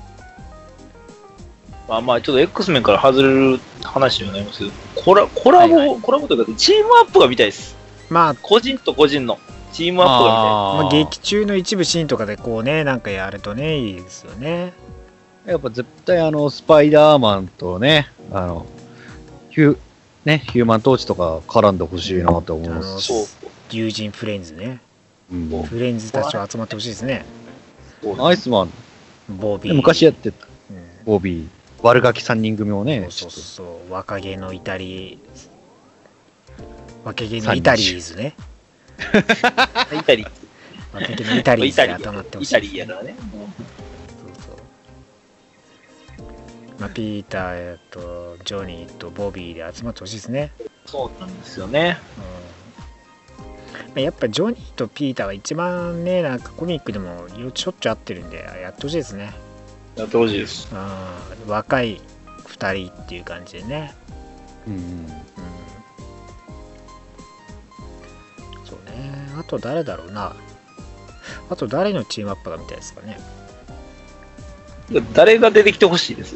まあまあちょっと X メンから外れる話になりますけど、コラコラボ、はいはい、コラボというかチームアップが見たいです。まあ個人と個人のチームアップが見たい。あ、 まあ、劇中の一部シーンとかでこうねなんかやるとねいいですよね。 やっぱ絶対あのスパイダーマンとねあのヒュねヒューマントーチとか絡んでほしいなと思いますし、 友人フレンズね、うん、フレンズたちは集まってほしいですね。 アイスマンボビー昔やってた、うん、ボビー悪ガキさんにん組もね、 そうそうそう、若気の至り、若気の至りーズね。 イタリー。 若気の至りーズで頭ってほしい。 イタリーやからね。 そうそう。まあ、ピーターとジョニーとボビーで集まってほしいですね。 そうなんですよね。 うん、やっぱジョニーとピーターが一番ね、なんかコミックでもしょっちゅう合ってるんで、やってほしいですね。 やってほしいです。 うん、若いふたりっていう感じでね。 うん、うん、 そうね。あと誰だろうな。あと誰のチームアップが見たいですかね。 誰が出てきてほしいです。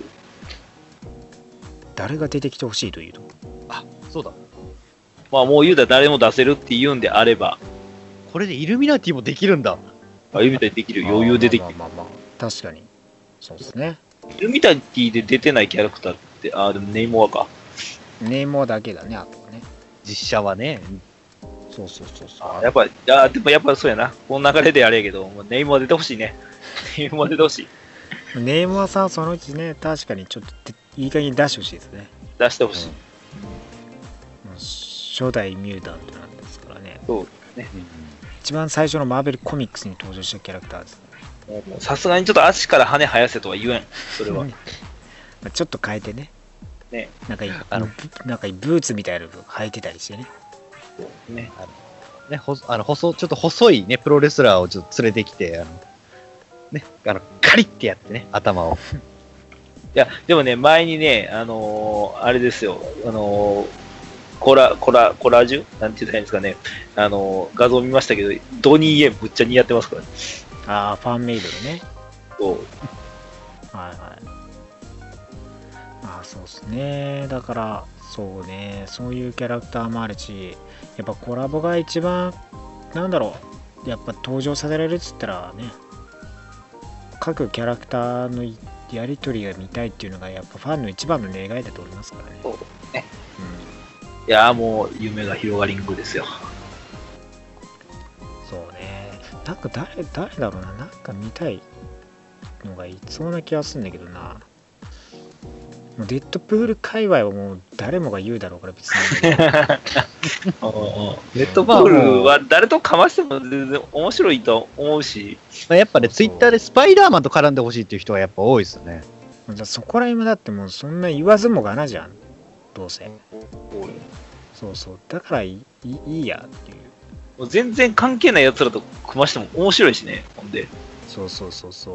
誰が出てきてほしいというと。 あ、そうだ。 まあもう言うたら誰も出せるって言うんであれば。 これでイルミナティもできるんだ。 あ、イルミナティできる。余裕でできる。 まあまあまあまあ、確かに。そうですね。 イルミナティで出てないキャラクターって、あ、でもネイモアか。 ネイモアだけだね、あとはね。 実写はね。 そうそうそうそう。 あ、やっぱ、あ、でもやっぱそうやな。この流れであれやけど、もうネイモア出てほしいね。ネイモア出てほしい。 ネイモアさん、そのうちね、確かにちょっといい加減に出してほしいですね。 出してほしい。 うん初代ミュータントなんですからね。 そうですね。 一番最初のマーベルコミックスに登場したキャラクターですね。 さすがにちょっと足から羽生やせとは言えん。それは。 ちょっと変えてね。 ね。 なんかいい、あの、なんかいいブーツみたいなの履いてたりしてね。 ね。 あの、ね、ほあの細ちょっと細いね、プロレスラーをちょっと連れてきて、あの、ね、あの、カリッてやってね、頭を。 いや、でもね、前にね、あのー、あれですよ、あのー、コラ、コラ、コラージュなんて言ったらいいんですかね。あのー、画像見ましたけど、ドニー・イエンぶっちゃ似合ってますからね。 ああ、ファンメイドでね。 そう。 はいはい。ああ、そうですね。だから、そうね、そういうキャラクターもあるし、やっぱコラボが一番、なんだろう、やっぱ登場させられるっつったらね、各キャラクターのやり取りが見たいっていうのがやっぱファンの一番の願いだと思いますからね。 そうね。 うん、 いやーもう夢が広がりんぐですよ。 そうね。なんか誰、誰だろうな。なんか見たいのがいそうな気がするんだけどな。もうデッドプール界隈はもう誰もが言うだろうから別に。 デッドプールは誰とかましても全然面白いと思うし。 まあ、やっぱね、ツイッターでスパイダーマンと絡んでほしいっていう人はやっぱ多いですよね。 そこら辺もだってもうそんな言わずもがなじゃん。どうせ。そうそう。だからいい、いいやっていう。 もう全然関係ない奴らと組ましても面白いしね、ほんで。 そうそうそうそう。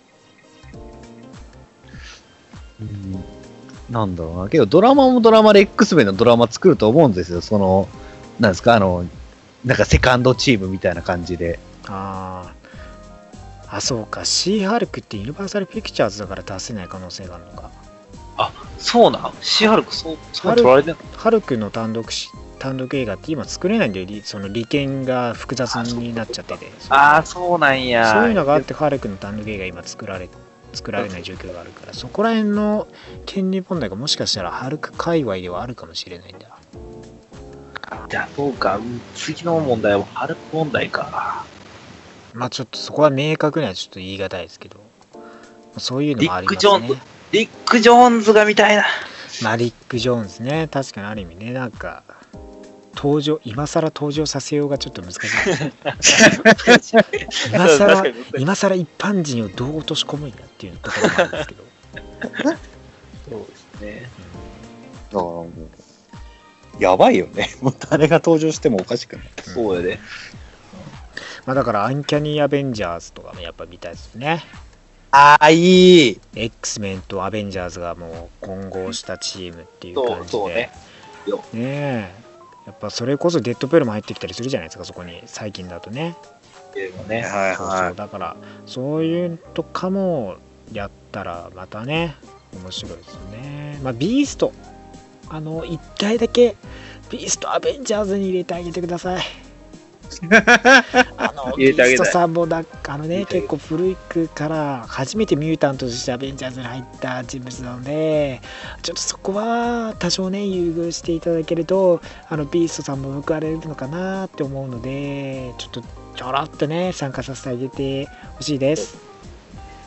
うんなんだろうな。けどドラマもドラマで X メンのドラマ作ると思うんですよ。その、なんですか、あの、なんかセカンドチームみたいな感じで。 ああ。あ、そうか。シーハルクってユニバーサルピクチャーズだから出せない可能性があるのか。 あ、そうなん。シーハルク、そう、そう取られてんの？ ハルクの単独し単独映画って今作れないんだよ。その利権が複雑になっちゃってて。 ああ、そうなんや。 そういうのがあってハルクの単独映画今作られ作られない状況があるから、そこら辺の権利問題がもしかしたらハルク界隈ではあるかもしれないんだ。 じゃあそうか。次の問題はハルク問題か。 まあちょっとそこは明確にはちょっと言い難いですけど、そういうのもありますね。 リック・ジョーンズ、リック・ジョーンズが見たいな。 まあリック・ジョーンズね、確かにある意味ね、なんか登場、今更登場させようがちょっと難しいですね。今更今更一般人をどう落とし込むんやっていうところもあるんですけど。 そうですね。 だからもうやばいよね。もう誰が登場してもおかしくない。 そうやで。 まあだからアンキャニー・アベンジャーズとかもやっぱ見たいですね。 ああ、いい。 X メンとアベンジャーズがもう混合したチームっていう感じで。 そうそうね。 ねえ。やっぱそれこそデッドプールも入ってきたりするじゃないですか、そこに最近だとね。 ね、 はいそうそう、だからそういうとかもやったらまたね面白いですよね。まあビースト、あの一体だけビーストアベンジャーズに入れてあげてください。あのビーストさんもだあのね結構古いから初めてミュータントとしてアベンジャーズに入った人物なので、ちょっとそこは多少ね優遇していただけるとあのビーストさんも報われるのかなって思うので、ちょっとちょろっとね参加させてあげてほしいです。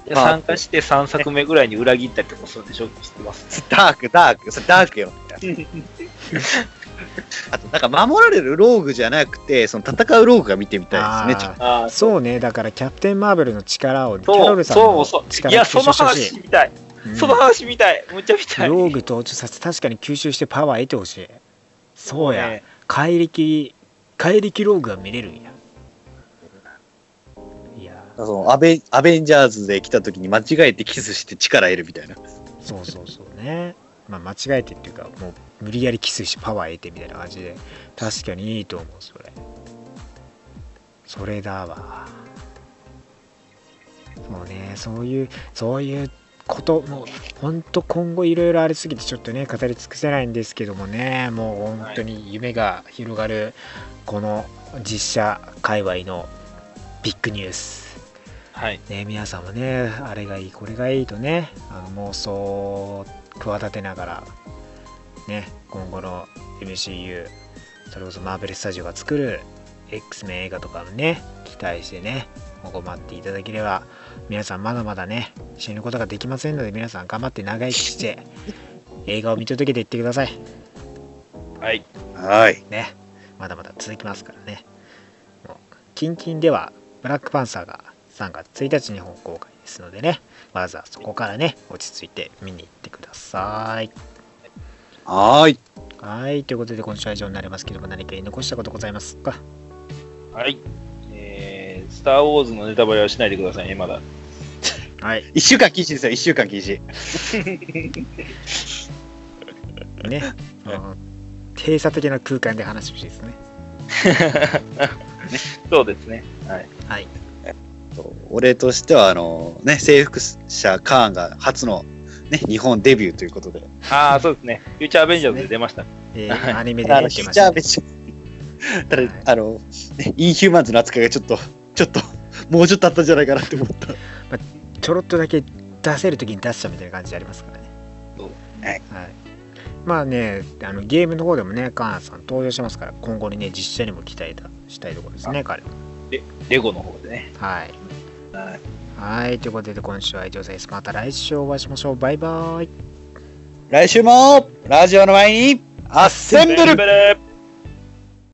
まあ、参加してさんさくめぐらいに裏切ったりとかするんでしょ、知ってます。 ダーク、ダーク、それダークよ。あと、なんか守られるローグじゃなくて、その戦うローグが見てみたいですね。 あそうね、だからキャプテン・マーベルの力を、キャロルさんの力をいや、その話みたい。うん、その話みたい。むっちゃみたい。 ローグ登場させて、確かに吸収してパワー得てほしい。そうや、ね、怪力、怪力ローグが見れるんや。いやそのアベ、アベンジャーズで来た時に間違えてキスして力得るみたいな。 そうそうそうね。まあ、間違えてっていうか、もう無理やりキスしてパワー得てみたいな感じで、確かにいいと思う、それ。それだわ。そうね、そういう、そういうこともう本当今後いろいろありすぎてちょっとね語り尽くせないんですけどもね、もう本当に夢が広がるこの実写界隈のビッグニュース、 はいね、皆さんもねあれがいいこれがいいとねあの妄想を企てながらね今後の エムシーユー それこそマーベルスタジオが作る X メン映画とかもね期待してね今後待っていただければ、皆さんまだまだね死ぬことができませんので、皆さん頑張って長生きして映画を見届けていってください。 はいはいね、まだまだ続きますからね。もうキンキンではブラックパンサーがさんがつついたち日本公開ですのでね、まずはそこからね落ち着いて見に行ってください。 はいはいということで今週は以上になりますけども、何か言い残したことございますか？ はい、えー、スター・ウォーズのネタバレはしないでくださいね、まだ。 はい。 いっしゅうかん禁止ですよ、いっしゅうかん禁止。 ね、閉鎖的な空間で話してほしいですね。 そうですね。はい。 はい。 俺としては、あの、ね、征服者カーンが初の、ね、日本デビューということで。 ああ、そうですね。フューチャーアベンジャーズで出ました。ねえー、アニメで出てました、ね。フューチャーアベンジャーズ。 ただ、はい、あの、ね、インヒューマンズの扱いがちょっと、ちょっと、もうちょっとあったんじゃないかなって思った。まあ、ちょろっとだけ出せるときに出しちゃうみたいな感じありますからね。 そう。 はい。はい、 まあね、あのゲームの方でもね、カーンさん登場しますから、今後にね、実写にも期待したいところですね、彼は。 で、レゴの方でね。 はい。 はい。 はい、ということで、今週は以上です。また来週お会いしましょう。バイバーイ。 来週も、ラジオの前に、アッセンブル